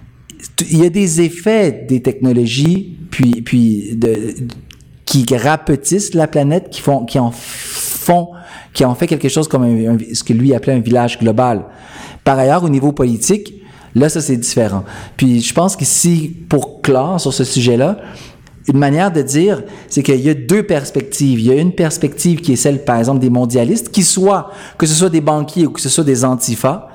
il y a des effets des technologies, puis, puis de, qui rapetissent la planète, qui font, qui en font, qui en fait quelque chose comme un, un, ce que lui appelait un village global. Par ailleurs, au niveau politique, là, ça, c'est différent. Puis, je pense qu'ici, pour clore sur ce sujet-là, une manière de dire, c'est qu'il y a deux perspectives. Il y a une perspective qui est celle, par exemple, des mondialistes, qui soit, que ce soit des banquiers ou que ce soit des antifas,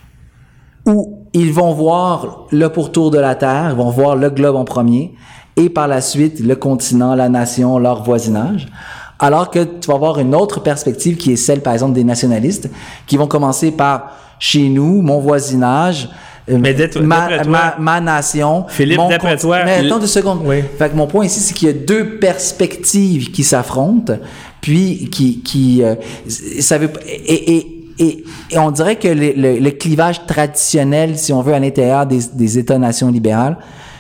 où ils vont voir le pourtour de la Terre, ils vont voir le globe en premier, et par la suite, le continent, la nation, leur voisinage. Alors que tu vas avoir une autre perspective qui est celle, par exemple, des nationalistes, qui vont commencer par chez nous, mon voisinage, mais d'après ma, toi, ma, ma nation. Philippe, mon d'après conti- toi... Mais attends deux secondes. Oui. Fait que mon point ici, c'est qu'il y a deux perspectives qui s'affrontent, puis qui... qui euh, ça veut, et, et, et, et on dirait que le, le, le clivage traditionnel, si on veut, à l'intérieur des, des États-nations libérales,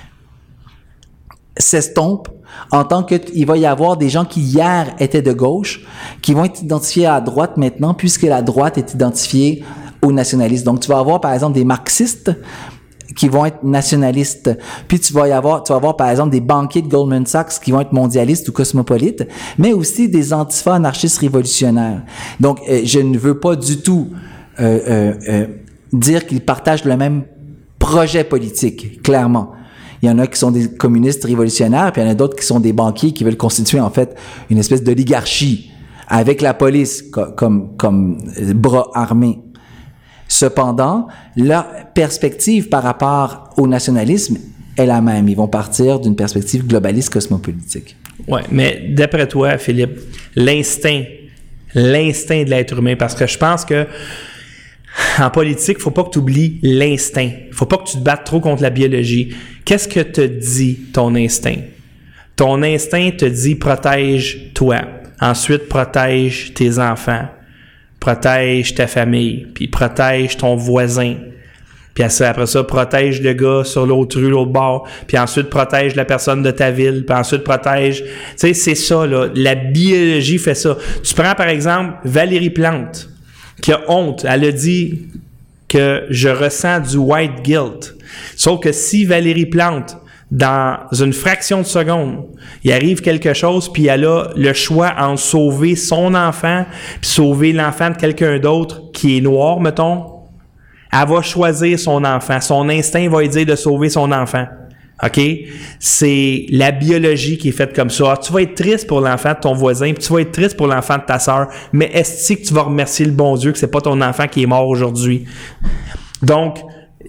s'estompe en tant qu'il va y avoir des gens qui hier étaient de gauche, qui vont être identifiés à droite maintenant, puisque la droite est identifiée aux nationalistes. Donc, tu vas avoir, par exemple, des marxistes qui vont être nationalistes. Puis, tu vas y avoir, tu vas avoir, par exemple, des banquiers de Goldman Sachs qui vont être mondialistes ou cosmopolites, mais aussi des antifas anarchistes révolutionnaires. Donc, euh, je ne veux pas du tout euh, euh, euh, dire qu'ils partagent le même projet politique, clairement. Il y en a qui sont des communistes révolutionnaires, puis il y en a d'autres qui sont des banquiers qui veulent constituer, en fait, une espèce d'oligarchie avec la police comme, comme, comme bras armés. Cependant, la perspective par rapport au nationalisme est la même. Ils vont partir d'une perspective globaliste cosmopolitique. Ouais, mais d'après toi, Philippe, l'instinct, l'instinct de l'être humain, parce que je pense que en politique, faut pas que tu oublies l'instinct. Faut pas que tu te battes trop contre la biologie. Qu'est-ce que te dit ton instinct? Ton instinct te dit protège-toi. Ensuite, protège tes enfants. Protège ta famille, puis protège ton voisin. Puis après ça, protège le gars sur l'autre rue, l'autre bord. Puis ensuite, protège la personne de ta ville. Puis ensuite, protège... Tu sais, c'est ça, là. La biologie fait ça. Tu prends, par exemple, Valérie Plante, qui a honte. Elle a dit que je ressens du white guilt. Sauf que si Valérie Plante, dans une fraction de seconde, il arrive quelque chose, puis elle a le choix entre sauver son enfant, puis sauver l'enfant de quelqu'un d'autre qui est noir, mettons, elle va choisir son enfant. Son instinct va lui dire de sauver son enfant. OK? C'est la biologie qui est faite comme ça. Alors, tu vas être triste pour l'enfant de ton voisin, puis tu vas être triste pour l'enfant de ta sœur, mais est-ce que tu vas remercier le bon Dieu que c'est pas ton enfant qui est mort aujourd'hui? Donc,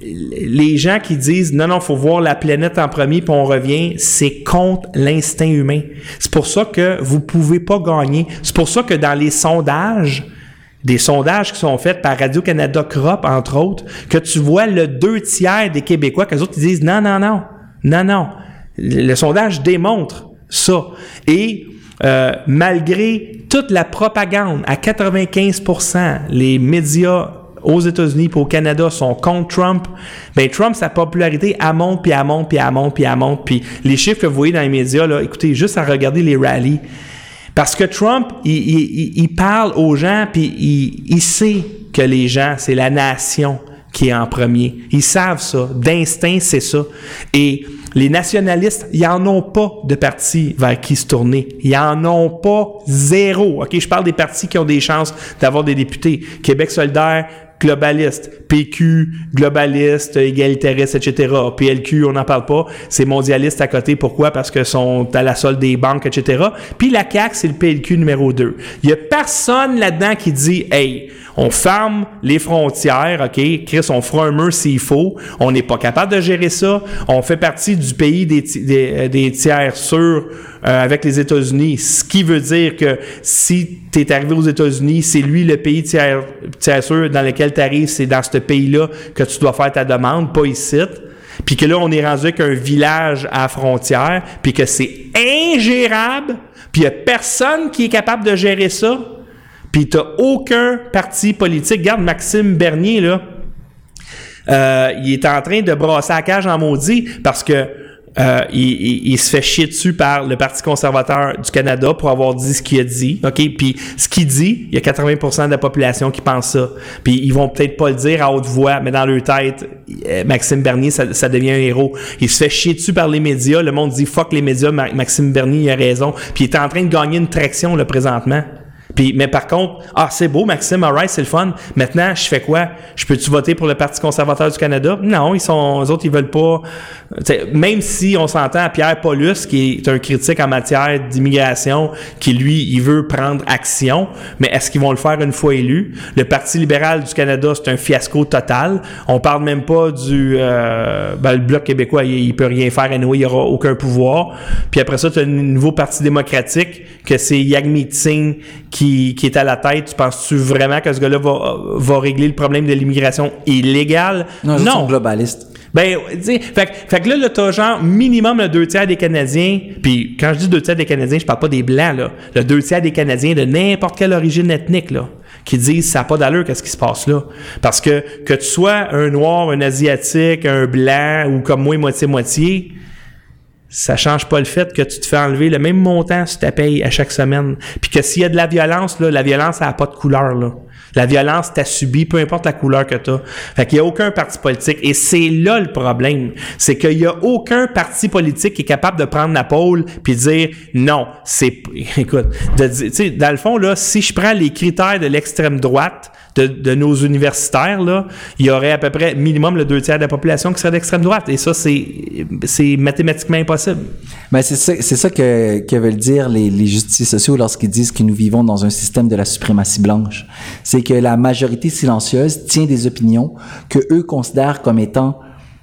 les gens qui disent non, non, faut voir la planète en premier puis on revient, c'est contre l'instinct humain. C'est pour ça que vous pouvez pas gagner. C'est pour ça que dans les sondages, des sondages qui sont faits par Radio-Canada Crop, entre autres, que tu vois le deux tiers des Québécois, qu'eux autres, ils disent non, non, non, non, non. Le, le sondage démontre ça. Et euh, malgré toute la propagande, à quatre-vingt-quinze pour cent, les médias aux États-Unis et au Canada sont contre Trump, ben Trump, sa popularité, elle monte, puis elle monte, puis elle monte, puis elle monte. Puis les chiffres que vous voyez dans les médias, là, écoutez, juste à regarder les rallyes. Parce que Trump, il, il, il parle aux gens, puis il, il sait que les gens, c'est la nation qui est en premier. Ils savent ça. D'instinct, c'est ça. Et les nationalistes, ils n'en ont pas de parti vers qui se tourner. Ils n'en ont pas zéro. OK, je parle des partis qui ont des chances d'avoir des députés. Québec solidaire, globaliste. P Q, globaliste, égalitariste, et cetera. P L Q, on n'en parle pas. C'est mondialiste à côté. Pourquoi? Parce que sont à la solde des banques, et cetera. Puis la C A Q, c'est le P L Q numéro deux. Il n'y a personne là-dedans qui dit « Hey, on ferme les frontières, OK? Chris, on fera un mur s'il faut. On n'est pas capable de gérer ça. On fait partie du pays des, des, des tiers sûrs euh, avec les États-Unis. Ce qui veut dire que si tu es arrivé aux États-Unis, c'est lui le pays tiers, tiers sûr dans lequel tu arrives. C'est dans ce pays-là que tu dois faire ta demande, pas ici. Puis que là, on est rendu avec un village à la frontière, puis que c'est ingérable, puis il n'y a personne qui est capable de gérer ça. Puis t'as aucun parti politique. Regarde Maxime Bernier, là. Euh, il est en train de brasser la cage en maudit parce que euh, il, il, il se fait chier dessus par le Parti conservateur du Canada pour avoir dit ce qu'il a dit. OK? Puis ce qu'il dit, il y a quatre-vingts pour cent de la population qui pense ça. Puis ils vont peut-être pas le dire à haute voix, mais dans leur tête, Maxime Bernier, ça, ça devient un héros. Il se fait chier dessus par les médias. Le monde dit « Fuck les médias, Maxime Bernier, il a raison. » Puis il est en train de gagner une traction, là, présentement. Puis, mais par contre, ah, c'est beau, Maxime, alright, c'est le fun. Maintenant, je fais quoi? Je peux-tu voter pour le Parti conservateur du Canada? Non, ils sont, eux autres, ils veulent pas. Même si on s'entend à Pierre Paulus, qui est un critique en matière d'immigration, qui lui, il veut prendre action, mais est-ce qu'ils vont le faire une fois élu? Le Parti libéral du Canada, c'est un fiasco total. On parle même pas du, euh, ben, le Bloc québécois, il, il peut rien faire, anyway, il y aura aucun pouvoir. Puis après ça, tu as un nouveau Parti démocratique, que c'est Jagmeet Singh, Qui, qui est à la tête. Tu penses-tu vraiment que ce gars-là va, va régler le problème de l'immigration illégale? Non, ils sont globalistes. Ben, tu sais, fait, fait que là, là t'as genre minimum le deux tiers des Canadiens, puis quand je dis deux tiers des Canadiens, je parle pas des Blancs, là. Le deux tiers des Canadiens de n'importe quelle origine ethnique, là, qui disent ça n'a pas d'allure qu'est-ce qui se passe là. Parce que que tu sois un Noir, un Asiatique, un Blanc, ou comme moi, moitié-moitié, ça change pas le fait que tu te fais enlever le même montant sur ta paye à chaque semaine. Puis que s'il y a de la violence, là, la violence, elle n'a pas de couleur, là. La violence, t'as subi, peu importe la couleur que t'as. Fait qu'il y a aucun parti politique. Et c'est là le problème. C'est qu'il y a aucun parti politique qui est capable de prendre la pôle puis dire non, c'est, écoute, de, tu sais, dans le fond, là, si je prends les critères de l'extrême droite, De, de nos universitaires, là, il y aurait à peu près minimum le deux tiers de la population qui serait d'extrême droite. Et ça, c'est, c'est mathématiquement impossible. Ben c'est ça, c'est ça que, que veulent dire les, les justiciers sociaux lorsqu'ils disent que nous vivons dans un système de la suprématie blanche. C'est que la majorité silencieuse tient des opinions que eux considèrent comme étant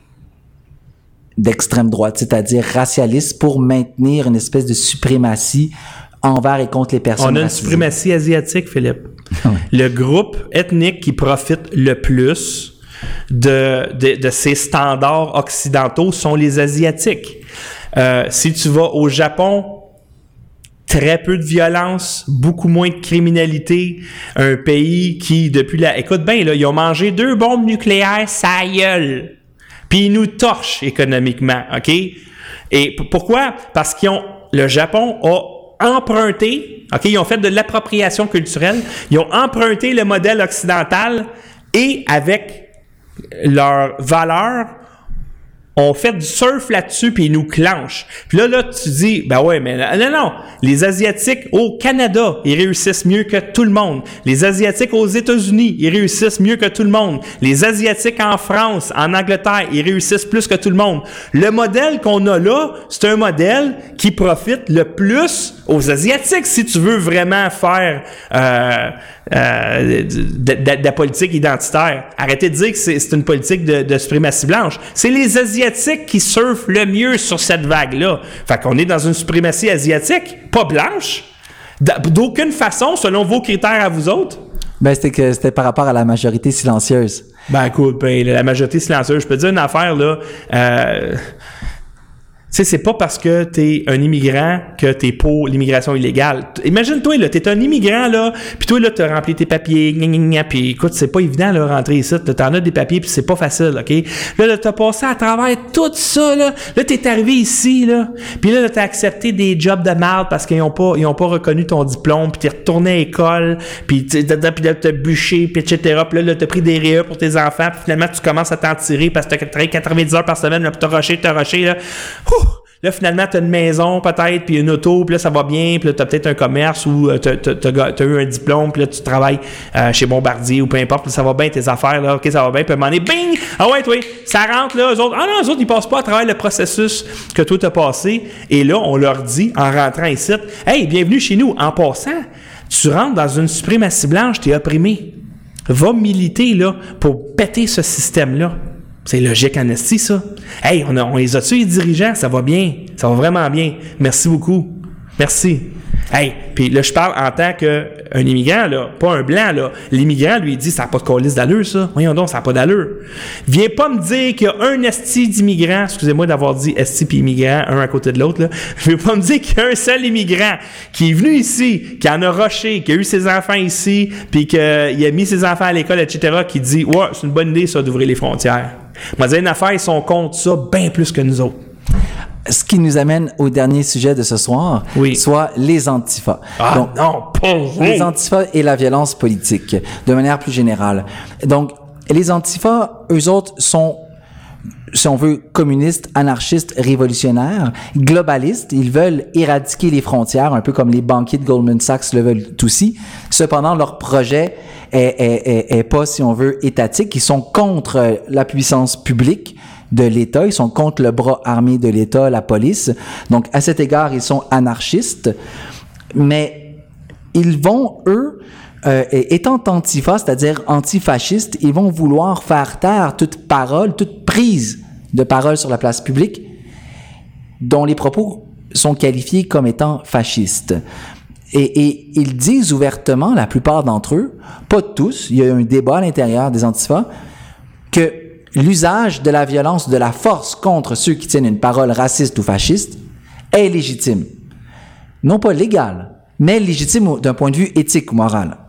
d'extrême droite, c'est-à-dire racialistes, pour maintenir une espèce de suprématie envers et contre les personnes On a une racisées. suprématie asiatique, Philippe. Ouais. Le groupe ethnique qui profite le plus de, de, de ces standards occidentaux sont les Asiatiques. Euh, si tu vas au Japon, très peu de violence, beaucoup moins de criminalité. Un pays qui, depuis la... Écoute bien, là, ils ont mangé deux bombes nucléaires, ça gueule. Puis ils nous torchent économiquement, OK? Et p- pourquoi? Parce qu'ils ont... Le Japon a emprunté, OK, ils ont fait de l'appropriation culturelle, ils ont emprunté le modèle occidental et avec leurs valeurs, on fait du surf là-dessus puis ils nous clenchent. Puis là, là, tu dis, ben ouais, mais non, non, les Asiatiques au Canada, ils réussissent mieux que tout le monde. Les Asiatiques aux États-Unis, ils réussissent mieux que tout le monde. Les Asiatiques en France, en Angleterre, ils réussissent plus que tout le monde. Le modèle qu'on a là, c'est un modèle qui profite le plus aux Asiatiques si tu veux vraiment faire euh, euh, de, de, de la politique identitaire. Arrêtez de dire que c'est, c'est une politique de, de suprématie blanche. C'est les Asiatiques qui surfent le mieux sur cette vague-là. Fait qu'on est dans une suprématie asiatique, pas blanche, d'aucune façon, selon vos critères à vous autres. Ben, c'était que c'était par rapport à la majorité silencieuse. Ben, écoute, ben, la majorité silencieuse, je peux te dire une affaire, là, euh, tu sais, c'est pas parce que t'es un immigrant que t'es pour l'immigration illégale. Imagine-toi, là, t'es un immigrant, là, pis toi, là, t'as rempli tes papiers, gna, gna, gna, pis écoute, c'est pas évident, là, rentrer ici. Là, t'en as des papiers, pis c'est pas facile, OK? Là, là, t'as passé à travers tout ça, là. Là, t'es arrivé ici, là. Pis là, là, t'as accepté des jobs de merde parce qu'ils ont pas, ils ont pas reconnu ton diplôme, pis t'es retourné à l'école, pis là, t'as bûché, pis et cetera. Pis là, là, t'as pris des R E A pour tes enfants, pis finalement, tu commences à t'en tirer parce que t'as travaillé quatre-vingt-dix heures par semaine, là, pis t'as rushé, t'as rushé, là. Ouh! Là, finalement, t'as une maison, peut-être, puis une auto, puis là, ça va bien, puis là, t'as peut-être un commerce ou euh, t'as, t'as, t'as, t'as eu un diplôme, puis là, tu travailles euh, chez Bombardier ou peu importe, puis ça va bien, tes affaires, là, OK, ça va bien, puis à un moment donné, bing! Ah ouais, oui, ça rentre, là, eux autres. Ah non, eux autres, ils passent pas à travers le processus que toi, t'as passé. Et là, on leur dit, en rentrant ici, « Hey, bienvenue chez nous. En passant, tu rentres dans une suprématie blanche, t'es opprimé. Va militer, là, pour péter ce système-là. » C'est logique en esti, ça. Hey, on, a, on les a-tu, les dirigeants? Ça va bien. Ça va vraiment bien. Merci beaucoup. Merci. Hey, puis là, je parle en tant qu'un immigrant, là, pas un blanc, là. L'immigrant, lui, il dit, ça n'a pas de calice d'allure, ça. Voyons donc, ça n'a pas d'allure. Viens pas me dire qu'il y a un esti d'immigrant, excusez-moi d'avoir dit esti puis immigrant, un à côté de l'autre, là. Viens pas me dire qu'il y a un seul immigrant qui est venu ici, qui en a rushé, qui a eu ses enfants ici, puis qu'il a mis ses enfants à l'école, et cetera, qui dit, ouais, c'est une bonne idée, ça, d'ouvrir les frontières. Moi, dire une affaire, ils sont contre ça bien plus que nous autres. Ce qui nous amène au dernier sujet de ce soir, oui. soit les antifas. Ah Donc, non, pas vrai. Les antifas et la violence politique, de manière plus générale. Donc, les antifas, eux autres, sont, si on veut, communistes, anarchistes, révolutionnaires, globalistes. Ils veulent éradiquer les frontières, un peu comme les banquiers de Goldman Sachs le veulent aussi. Cependant, leur projet est, est, est, est pas, si on veut, étatique. Ils sont contre la puissance publique de l'État. Ils sont contre le bras armé de l'État, la police. Donc, à cet égard, ils sont anarchistes. Mais ils vont, eux, euh, étant antifa, c'est-à-dire antifascistes, ils vont vouloir faire taire toute parole, toute prise de parole sur la place publique dont les propos sont qualifiés comme étant fascistes. Et, et ils disent ouvertement, la plupart d'entre eux, pas tous, il y a un débat à l'intérieur des antifas, que l'usage de la violence, de la force contre ceux qui tiennent une parole raciste ou fasciste est légitime. Non pas légal, mais légitime d'un point de vue éthique ou moral.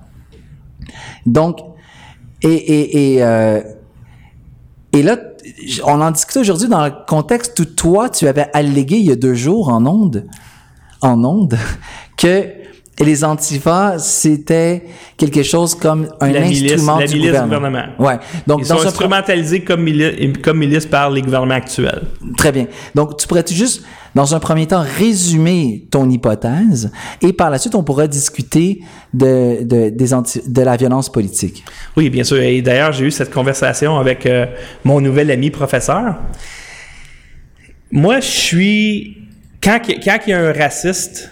Donc, et, et, et, euh, et là, on en discutait aujourd'hui dans le contexte où toi, tu avais allégué il y a deux jours en ondes, en ondes, que les antifas, c'était quelque chose comme un la instrument milice, du la milice gouvernement. gouvernement. Ouais. Donc, Ils dans sont un instrumentalisés comme, mili- comme milice par les gouvernements actuels. Très bien. Donc, tu pourrais-tu juste, dans un premier temps, résumer ton hypothèse et par la suite, on pourra discuter de, de, des anti- de la violence politique. Oui, bien sûr. Et d'ailleurs, j'ai eu cette conversation avec euh, mon nouvel ami professeur. Moi, je suis... Quand, quand il y a un raciste...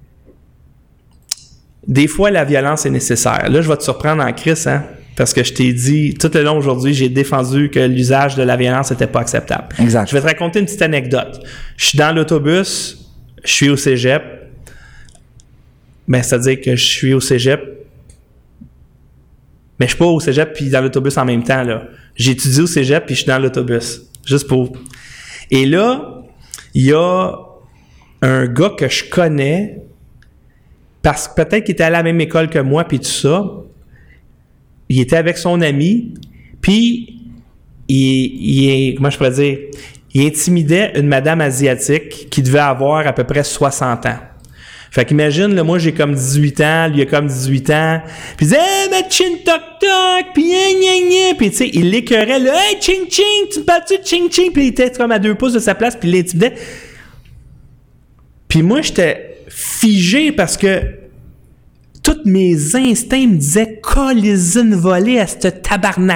Des fois, la violence est nécessaire. Là, je vais te surprendre en crise, hein, parce que je t'ai dit, tout le long aujourd'hui, j'ai défendu que l'usage de la violence n'était pas acceptable. Exact. Je vais te raconter une petite anecdote. Je suis dans l'autobus, je suis au cégep. Ben, c'est-à-dire que je suis au cégep, mais je suis pas au cégep puis dans l'autobus en même temps, là. J'étudie au cégep puis je suis dans l'autobus. Juste pour... Et là, il y a un gars que je connais, parce que peut-être qu'il était à la même école que moi, puis tout ça. Il était avec son ami, puis il, il, comment je pourrais dire, il intimidait une madame asiatique qui devait avoir à peu près soixante ans. Fait qu'imagine, là, moi, j'ai comme dix-huit ans, lui a comme dix-huit ans, puis il disait « Hey, ma chin toc toc », puis gna gna gna, puis tu sais, il l'écœurait, là « Hey, ching ching, tu me parles-tu de ching ching », puis il était comme à deux pouces de sa place, puis il l'intimidait. Puis moi, j'étais figé parce que tous mes instincts me disaient « Colisine volée à ce tabarnak-là ».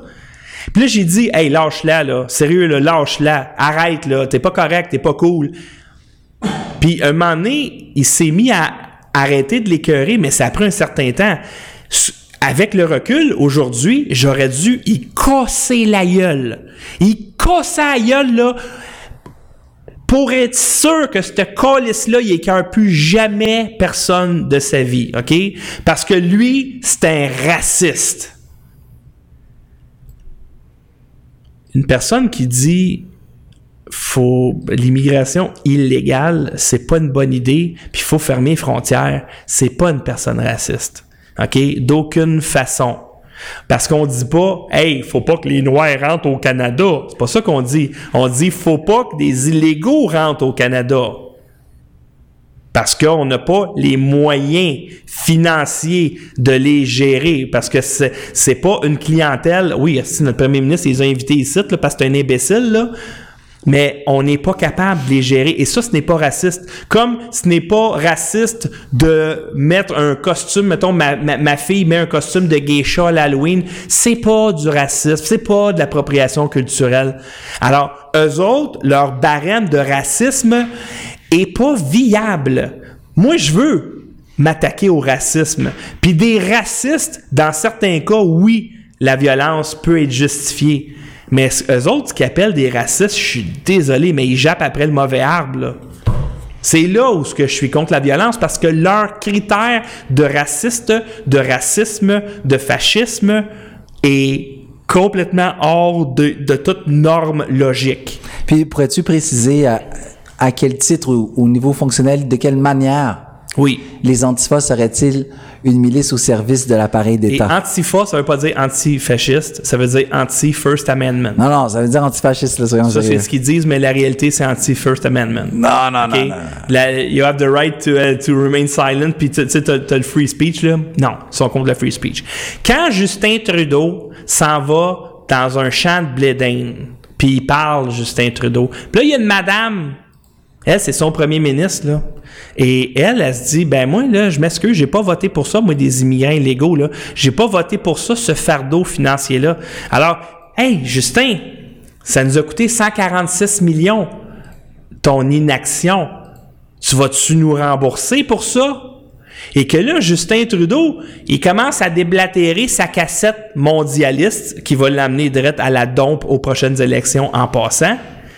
Puis là, j'ai dit « Hey, lâche-la, là. Sérieux, là, lâche-la. Arrête, là. T'es pas correct, t'es pas cool. » Puis, un moment donné, il s'est mis à arrêter de l'écœurer, mais ça a pris un certain temps. Avec le recul, aujourd'hui, j'aurais dû y casser la gueule. Y casser la gueule, là, pour être sûr que ce calice-là, il écœure plus jamais personne de sa vie, OK? Parce que lui, c'est un raciste. Une personne qui dit faut l'immigration illégale, c'est pas une bonne idée, puis il faut fermer les frontières, c'est pas une personne raciste. OK? D'aucune façon. Parce qu'on dit pas, hey, faut pas que les Noirs rentrent au Canada. C'est pas ça qu'on dit. On dit, faut pas que des illégaux rentrent au Canada. Parce qu'on n'a pas les moyens financiers de les gérer. Parce que c'est, c'est pas une clientèle. Oui, si notre premier ministre les a invités ici, là, parce que c'est un imbécile, là. Mais on n'est pas capable de les gérer. Et ça, ce n'est pas raciste. Comme ce n'est pas raciste de mettre un costume, mettons, ma, ma, ma fille met un costume de geisha à l'Halloween, c'est pas du racisme, c'est pas de l'appropriation culturelle. Alors, eux autres, leur barème de racisme est pas viable. Moi, je veux m'attaquer au racisme. Puis des racistes, dans certains cas, oui, la violence peut être justifiée. Mais eux autres, ce qu'ils appellent des racistes, je suis désolé, mais ils jappent après le mauvais arbre, là. C'est là où ce que je suis contre la violence, parce que leurs critères de raciste, de racisme, de fascisme est complètement hors de, de toute norme logique. Puis, pourrais-tu préciser à, à quel titre, au, au niveau fonctionnel, de quelle manière oui. les antifas seraient-ils une milice au service de l'appareil d'État? Et antifa, ça veut pas dire antifasciste, ça veut dire anti-First Amendment. Non, non, ça veut dire antifasciste, là, soyons Ça, sérieux. c'est ce qu'ils disent, mais la réalité, c'est anti-First Amendment. Non, non, okay? non, non. La, you have the right to, uh, to remain silent, puis tu sais, t'as, t'as le free speech, là. Non, ils sont contre le free speech. Quand Justin Trudeau s'en va dans un champ de blé d'Inde, puis il parle, Justin Trudeau, puis là, il y a une madame, elle, c'est son premier ministre, là. Et elle, elle se dit, ben moi, là, je m'excuse, j'ai pas voté pour ça, moi, des immigrants illégaux, là. J'ai pas voté pour ça, ce fardeau financier-là. Alors, hey, Justin, ça nous a coûté cent quarante-six millions, ton inaction. Tu vas-tu nous rembourser pour ça? Et que là, Justin Trudeau, il commence à déblatérer sa cassette mondialiste qui va l'amener direct à la dompe aux prochaines élections en passant.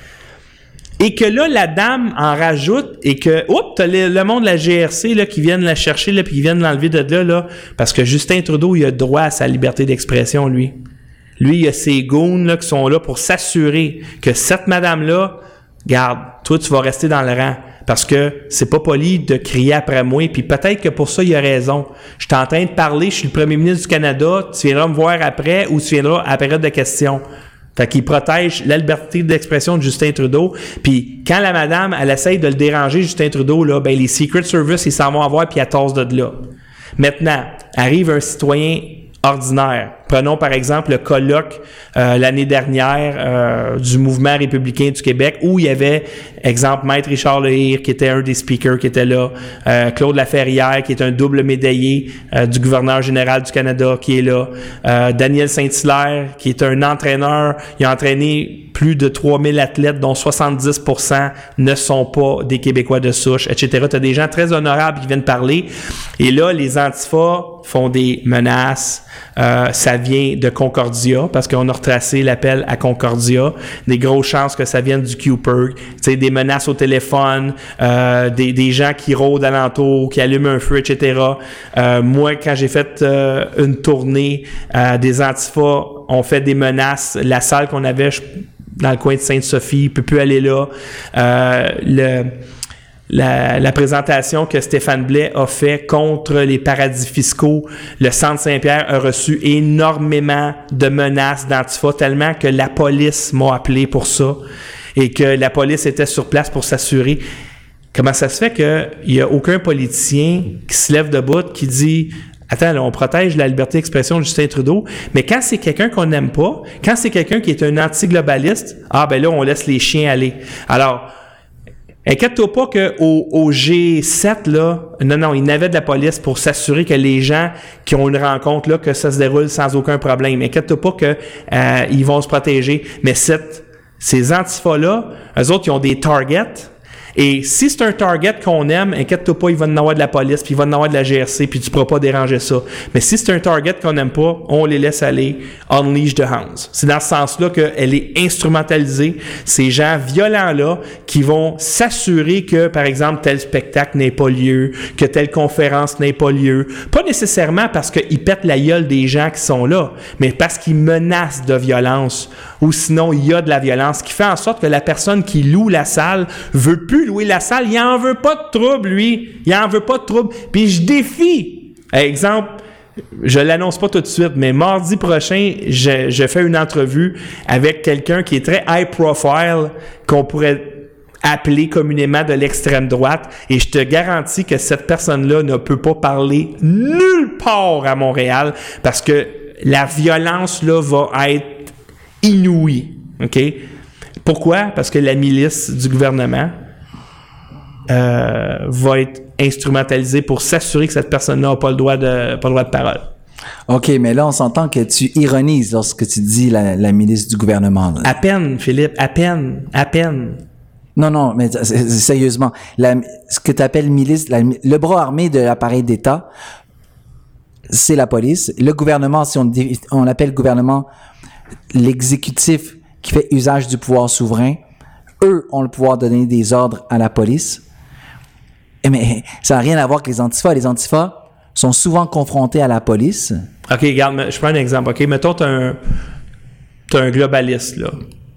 Et que là, la dame en rajoute et que, oups, t'as le, le monde de la G R C là, qui viennent la chercher là, puis qui viennent l'enlever de là, là, parce que Justin Trudeau, il a droit à sa liberté d'expression, lui. Lui, il y a ses goons là, qui sont là pour s'assurer que cette madame-là, garde, toi, tu vas rester dans le rang. Parce que c'est pas poli de crier après moi, puis peut-être que pour ça, il a raison. Je suis en train de parler, je suis le premier ministre du Canada, tu viendras me voir après ou tu viendras à la période de questions. Fait qu'il protège la liberté d'expression de Justin Trudeau. Puis quand la madame, elle essaye de le déranger, Justin Trudeau, là, ben les Secret Service, ils s'en vont avoir puis elle tasse de là. Maintenant, arrive un citoyen ordinaire. Prenons par exemple le colloque euh, l'année dernière euh, du mouvement républicain du Québec où il y avait, exemple, Maître Richard Lehir qui était un des speakers qui était là, euh, Claude Laferrière qui est un double médaillé euh, du gouverneur général du Canada qui est là, euh, Daniel Saint-Hilaire qui est un entraîneur, il a entraîné plus de trois mille athlètes dont soixante-dix pour cent ne sont pas des Québécois de souche, et cetera. Tu as des gens très honorables qui viennent parler et là, les antifas font des menaces, euh, ça vient de Concordia, parce qu'on a retracé l'appel à Concordia. Des grosses chances que ça vienne du Q P E R G. Tu sais, des menaces au téléphone, euh, des, des gens qui rôdent alentour, qui allument un feu, et cetera. Euh, moi, quand j'ai fait euh, une tournée, euh, des antifas ont fait des menaces. La salle qu'on avait je, dans le coin de Sainte-Sophie, ne peut plus aller là. Euh, le... La, la présentation que Stéphane Blais a fait contre les paradis fiscaux, le Centre Saint-Pierre a reçu énormément de menaces d'antifa, tellement que la police m'a appelé pour ça et que la police était sur place pour s'assurer. Comment ça se fait qu'il n'y a aucun politicien qui se lève debout, qui dit « Attends, là, on protège la liberté d'expression de Justin Trudeau, mais quand c'est quelqu'un qu'on n'aime pas, quand c'est quelqu'un qui est un anti-globaliste, ah ben là, on laisse les chiens aller. » Alors, inquiète-toi pas qu'au au G sept, là, non, non, il n'avait de la police pour s'assurer que les gens qui ont une rencontre, là, que ça se déroule sans aucun problème. Inquiète-toi pas que euh, ils vont se protéger. Mais cette, ces antifas-là, eux autres, ils ont des targets Et si c'est un target qu'on aime, inquiète-toi pas, il va en avoir de la police, puis il va en avoir de la G R C, puis tu pourras pas déranger ça. Mais si c'est un target qu'on n'aime pas, on les laisse aller, unleash the hounds. C'est dans ce sens-là qu'elle est instrumentalisée, ces gens violents-là qui vont s'assurer que, par exemple, tel spectacle n'ait pas lieu, que telle conférence n'ait pas lieu. Pas nécessairement parce qu'ils pètent la gueule des gens qui sont là, mais parce qu'ils menacent de violence, ou sinon il y a de la violence qui fait en sorte que la personne qui loue la salle veut plus louer la salle, il en veut pas de trouble, lui. Il en veut pas de trouble. Puis je défie. Exemple, je l'annonce pas tout de suite, mais mardi prochain, je, je fais une entrevue avec quelqu'un qui est très high profile, qu'on pourrait appeler communément de l'extrême droite, et je te garantis que cette personne-là ne peut pas parler nulle part à Montréal parce que la violence là va être inouïe. OK? Pourquoi? Parce que la milice du gouvernement euh, va être instrumentalisée pour s'assurer que cette personne-là n'a pas le droit de, pas le droit de parole. OK, mais là, on s'entend que tu ironises lorsque tu dis la, la milice du gouvernement. Là. À peine, Philippe, à peine, à peine. Non, non, mais sérieusement, la, ce que tu appelles milice, la, le bras armé de l'appareil d'État, c'est la police. Le gouvernement, si on, on l'appelle gouvernement, l'exécutif qui fait usage du pouvoir souverain, eux ont le pouvoir de donner des ordres à la police. Mais ça n'a rien à voir avec les antifas. Les antifas sont souvent confrontés à la police. OK, regarde, je prends un exemple. OK, mettons, tu as un, t'as un globaliste, là,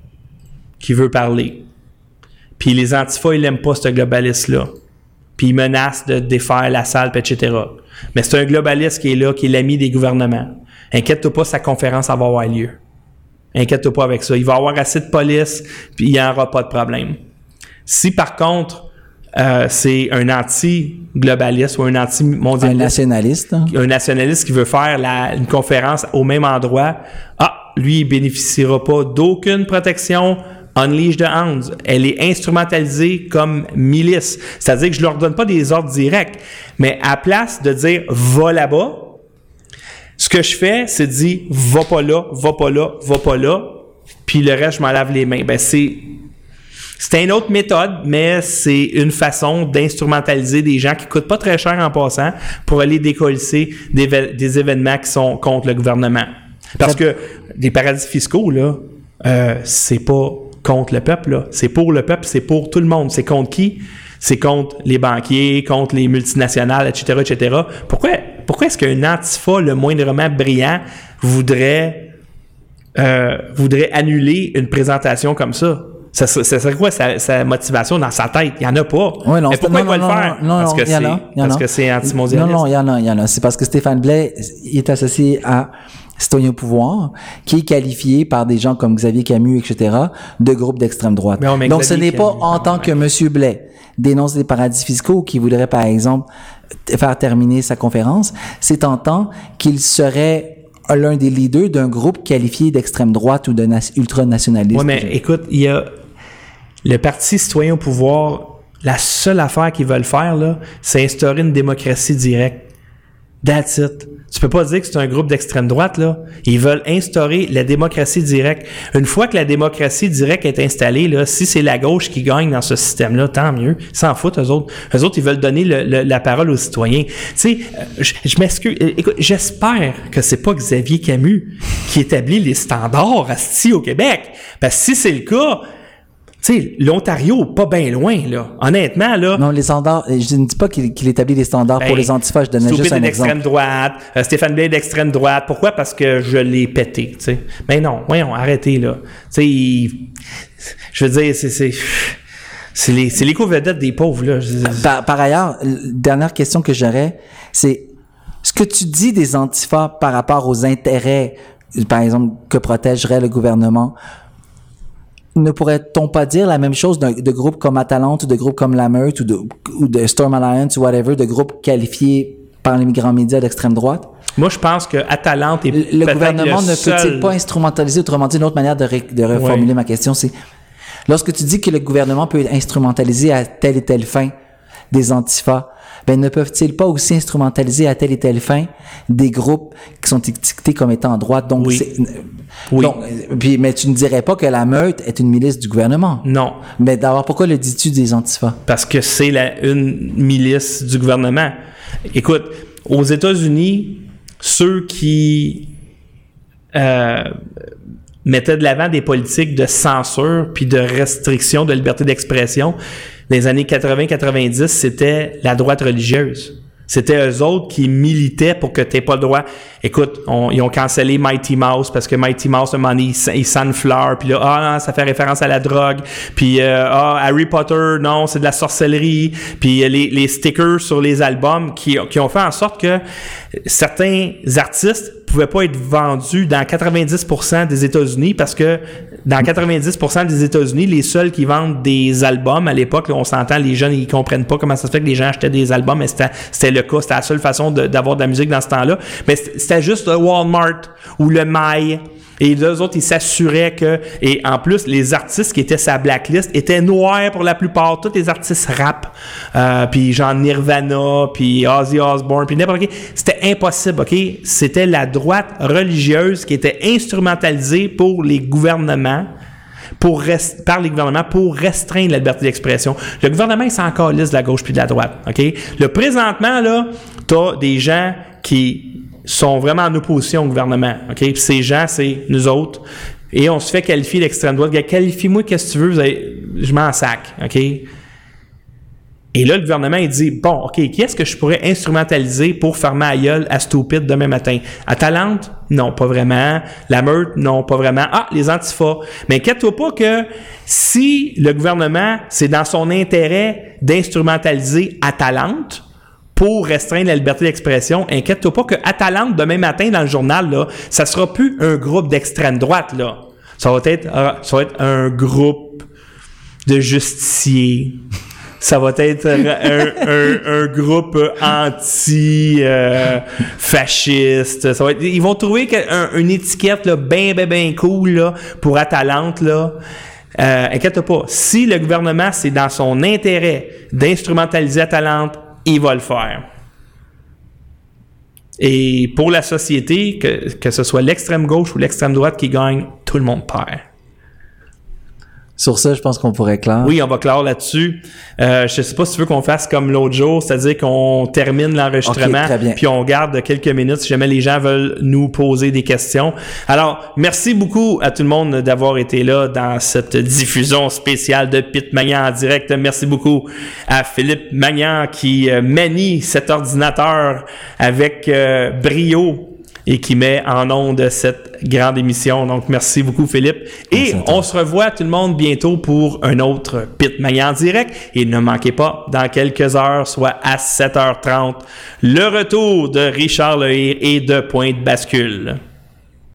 qui veut parler. Puis les antifas, ils n'aiment pas ce globaliste-là. Puis ils menacent de défaire la salle, et cetera. Mais c'est un globaliste qui est là, qui est l'ami des gouvernements. Inquiète-toi pas, sa conférence va avoir lieu. Inquiète-toi pas avec ça. Il va y avoir assez de police, puis il n'y aura pas de problème. Si par contre, euh, c'est un anti-globaliste ou un anti-mondialiste, un nationaliste, hein? un nationaliste qui veut faire la, une conférence au même endroit, ah, lui, il bénéficiera pas d'aucune protection. Unleash the hounds. Elle est instrumentalisée comme milice. C'est-à-dire que je leur donne pas des ordres directs, mais à place de dire « va là-bas », ce que je fais, c'est dire « va pas là, va pas là, va pas là », puis le reste, je m'en lave les mains. Ben, c'est... C'est une autre méthode, mais c'est une façon d'instrumentaliser des gens qui coûtent pas très cher en passant pour aller décoller des, des événements qui sont contre le gouvernement. Parce que les paradis fiscaux, là, euh, c'est pas contre le peuple, là. C'est pour le peuple, c'est pour tout le monde. C'est contre qui? C'est contre les banquiers, contre les multinationales, et cetera, et cetera. Pourquoi, pourquoi est-ce qu'un antifa, le moindrement brillant, voudrait, euh, voudrait annuler une présentation comme ça? Ça, ça, ça serait quoi sa, sa motivation dans sa tête? Il n'y en a pas. Ouais, non, mais pourquoi non, il va non, le faire? Non, non, parce non, que y en a, c'est, y en parce a. que c'est anti-mondialiste? Non, non, il y en a, il y en a. C'est parce que Stéphane Blais, il est associé à Citoyens au pouvoir, qui est qualifié par des gens comme Xavier Camus, et cetera, de groupe d'extrême droite. Mais on met Donc, Xavier ce n'est pas Camus, en tant que M. Blais dénonce les paradis fiscaux qui voudrait, par exemple, faire terminer sa conférence, c'est en tant qu'il serait l'un des leaders d'un groupe qualifié d'extrême droite ou de na- ultranationaliste. Oui, mais écoute, il y a le Parti citoyen au pouvoir, la seule affaire qu'ils veulent faire, là, c'est instaurer une démocratie directe. That's it. Tu peux pas dire que c'est un groupe d'extrême droite, là. Ils veulent instaurer la démocratie directe. Une fois que la démocratie directe est installée, là, si c'est la gauche qui gagne dans ce système-là, tant mieux. Ils s'en foutent, eux autres. Eux autres, ils veulent donner le, le, la parole aux citoyens. Tu sais, je, je m'excuse. Écoute, j'espère que c'est pas Xavier Camus qui établit les standards asti au Québec. Parce que si c'est le cas, tu sais, l'Ontario, pas bien loin, là. Honnêtement, là. Non, les standards, je ne dis pas qu'il, qu'il établit les standards ben, pour les antifas, je donnais juste un exemple. d'extrême droite, euh, Stéphane Blais d'extrême droite. Pourquoi? Parce que je l'ai pété, tu sais. Mais non, voyons, arrêtez, là. Tu sais, il... je veux dire, c'est, c'est, c'est les, c'est l'éco-vedette des pauvres, là. Par, par ailleurs, dernière question que j'aurais, c'est, ce que tu dis des antifas par rapport aux intérêts, par exemple, que protégerait le gouvernement, ne pourrait-on pas dire la même chose d'un, de groupes comme Atalante ou de groupes comme La Meute ou de, ou de Storm Alliance ou whatever, de groupes qualifiés par les grands médias d'extrême droite? Moi, je pense que Atalante est le, le gouvernement le ne seul... peut-il pas instrumentaliser, autrement dit, une autre manière de, ré, de reformuler ouais. ma question, c'est lorsque tu dis que le gouvernement peut instrumentaliser à telle et telle fin des antifas, ben ne peuvent-ils pas aussi instrumentaliser à telle et telle fin des groupes qui sont étiquetés comme étant en droite? Donc, oui. c'est, Oui. Donc, puis, mais tu ne dirais pas que la meute est une milice du gouvernement. Non. Mais d'abord, pourquoi le dis-tu des antifas? Parce que c'est la, une milice du gouvernement. Écoute, aux États-Unis, ceux qui euh, mettaient de l'avant des politiques de censure puis de restriction de liberté d'expression, dans les années quatre-vingts quatre-vingt-dix, c'était la droite religieuse. C'était eux autres qui militaient pour que tu n'aies pas le droit. Écoute, on, ils ont cancellé Mighty Mouse parce que Mighty Mouse, à un moment donné, il, il sent une fleur. Puis là, ah non, ça fait référence à la drogue. Puis, euh, ah, Harry Potter, non, c'est de la sorcellerie. Puis les, les stickers sur les albums qui, qui ont fait en sorte que certains artistes pouvaient pas être vendus dans quatre-vingt-dix pour cent des États-Unis parce que dans quatre-vingt-dix pour cent des États-Unis, les seuls qui vendent des albums, à l'époque, là, on s'entend, les jeunes, ils comprennent pas comment ça se fait que les gens achetaient des albums, mais c'était, c'était le cas, c'était la seule façon de, d'avoir de la musique dans ce temps-là. Mais c'était juste le Walmart ou le Mail. Et les autres, ils s'assuraient que... Et en plus, les artistes qui étaient sa blacklist étaient noirs pour la plupart. Tous les artistes rap, euh, puis genre Nirvana, puis Ozzy Osbourne, puis n'importe qui. C'était impossible, OK? C'était la droite religieuse qui était instrumentalisée pour les gouvernements, pour rest- par les gouvernements pour restreindre la liberté d'expression. Le gouvernement, il s'en calisse de la gauche puis de la droite, OK? Le présentement, là, t'as des gens qui... sont vraiment en opposition au gouvernement. OK? Puis ces gens, c'est nous autres. Et on se fait qualifier l'extrême droite. Qualifie-moi, qu'est-ce que tu veux? Vous avez... Je m'en sac. OK? Et là, le gouvernement, il dit, bon, OK, qui est-ce que je pourrais instrumentaliser pour faire ma gueule à Stupide demain matin? Atalante? Non, pas vraiment. La meute? Non, pas vraiment. Ah, les antifas. Mais inquiète-toi pas que si le gouvernement, c'est dans son intérêt d'instrumentaliser Atalante, pour restreindre la liberté d'expression, inquiète-toi pas que Atalante, demain matin, dans le journal, là, ça sera plus un groupe d'extrême droite, là. Ça va être, euh, ça va être un groupe de justiciers. Ça va être un, un, un groupe anti-fasciste. Euh, ça va être, ils vont trouver un, une étiquette, là, bien, bien, bien cool, là, pour Atalante, là. Euh, inquiète-toi pas. Si le gouvernement, c'est dans son intérêt d'instrumentaliser Atalante, il va le faire. Et pour la société, que, que ce soit l'extrême gauche ou l'extrême droite qui gagne, tout le monde perd. Sur ça, je pense qu'on pourrait clore. Oui, on va clore là-dessus. Euh, je sais pas si tu veux qu'on fasse comme l'autre jour, c'est-à-dire qu'on termine l'enregistrement, okay, puis on garde quelques minutes si jamais les gens veulent nous poser des questions. Alors, merci beaucoup à tout le monde d'avoir été là dans cette diffusion spéciale de Pete Magnan en direct. Merci beaucoup à Philippe Magnan qui euh, manie cet ordinateur avec euh, brio et qui met en onde cette grande émission. Donc, merci beaucoup, Philippe. Et on se revoit, tout le monde, bientôt pour un autre Pete Magnan en direct. Et ne manquez pas, dans quelques heures, soit à sept heures trente, le retour de Richard Lehir et de Point de bascule.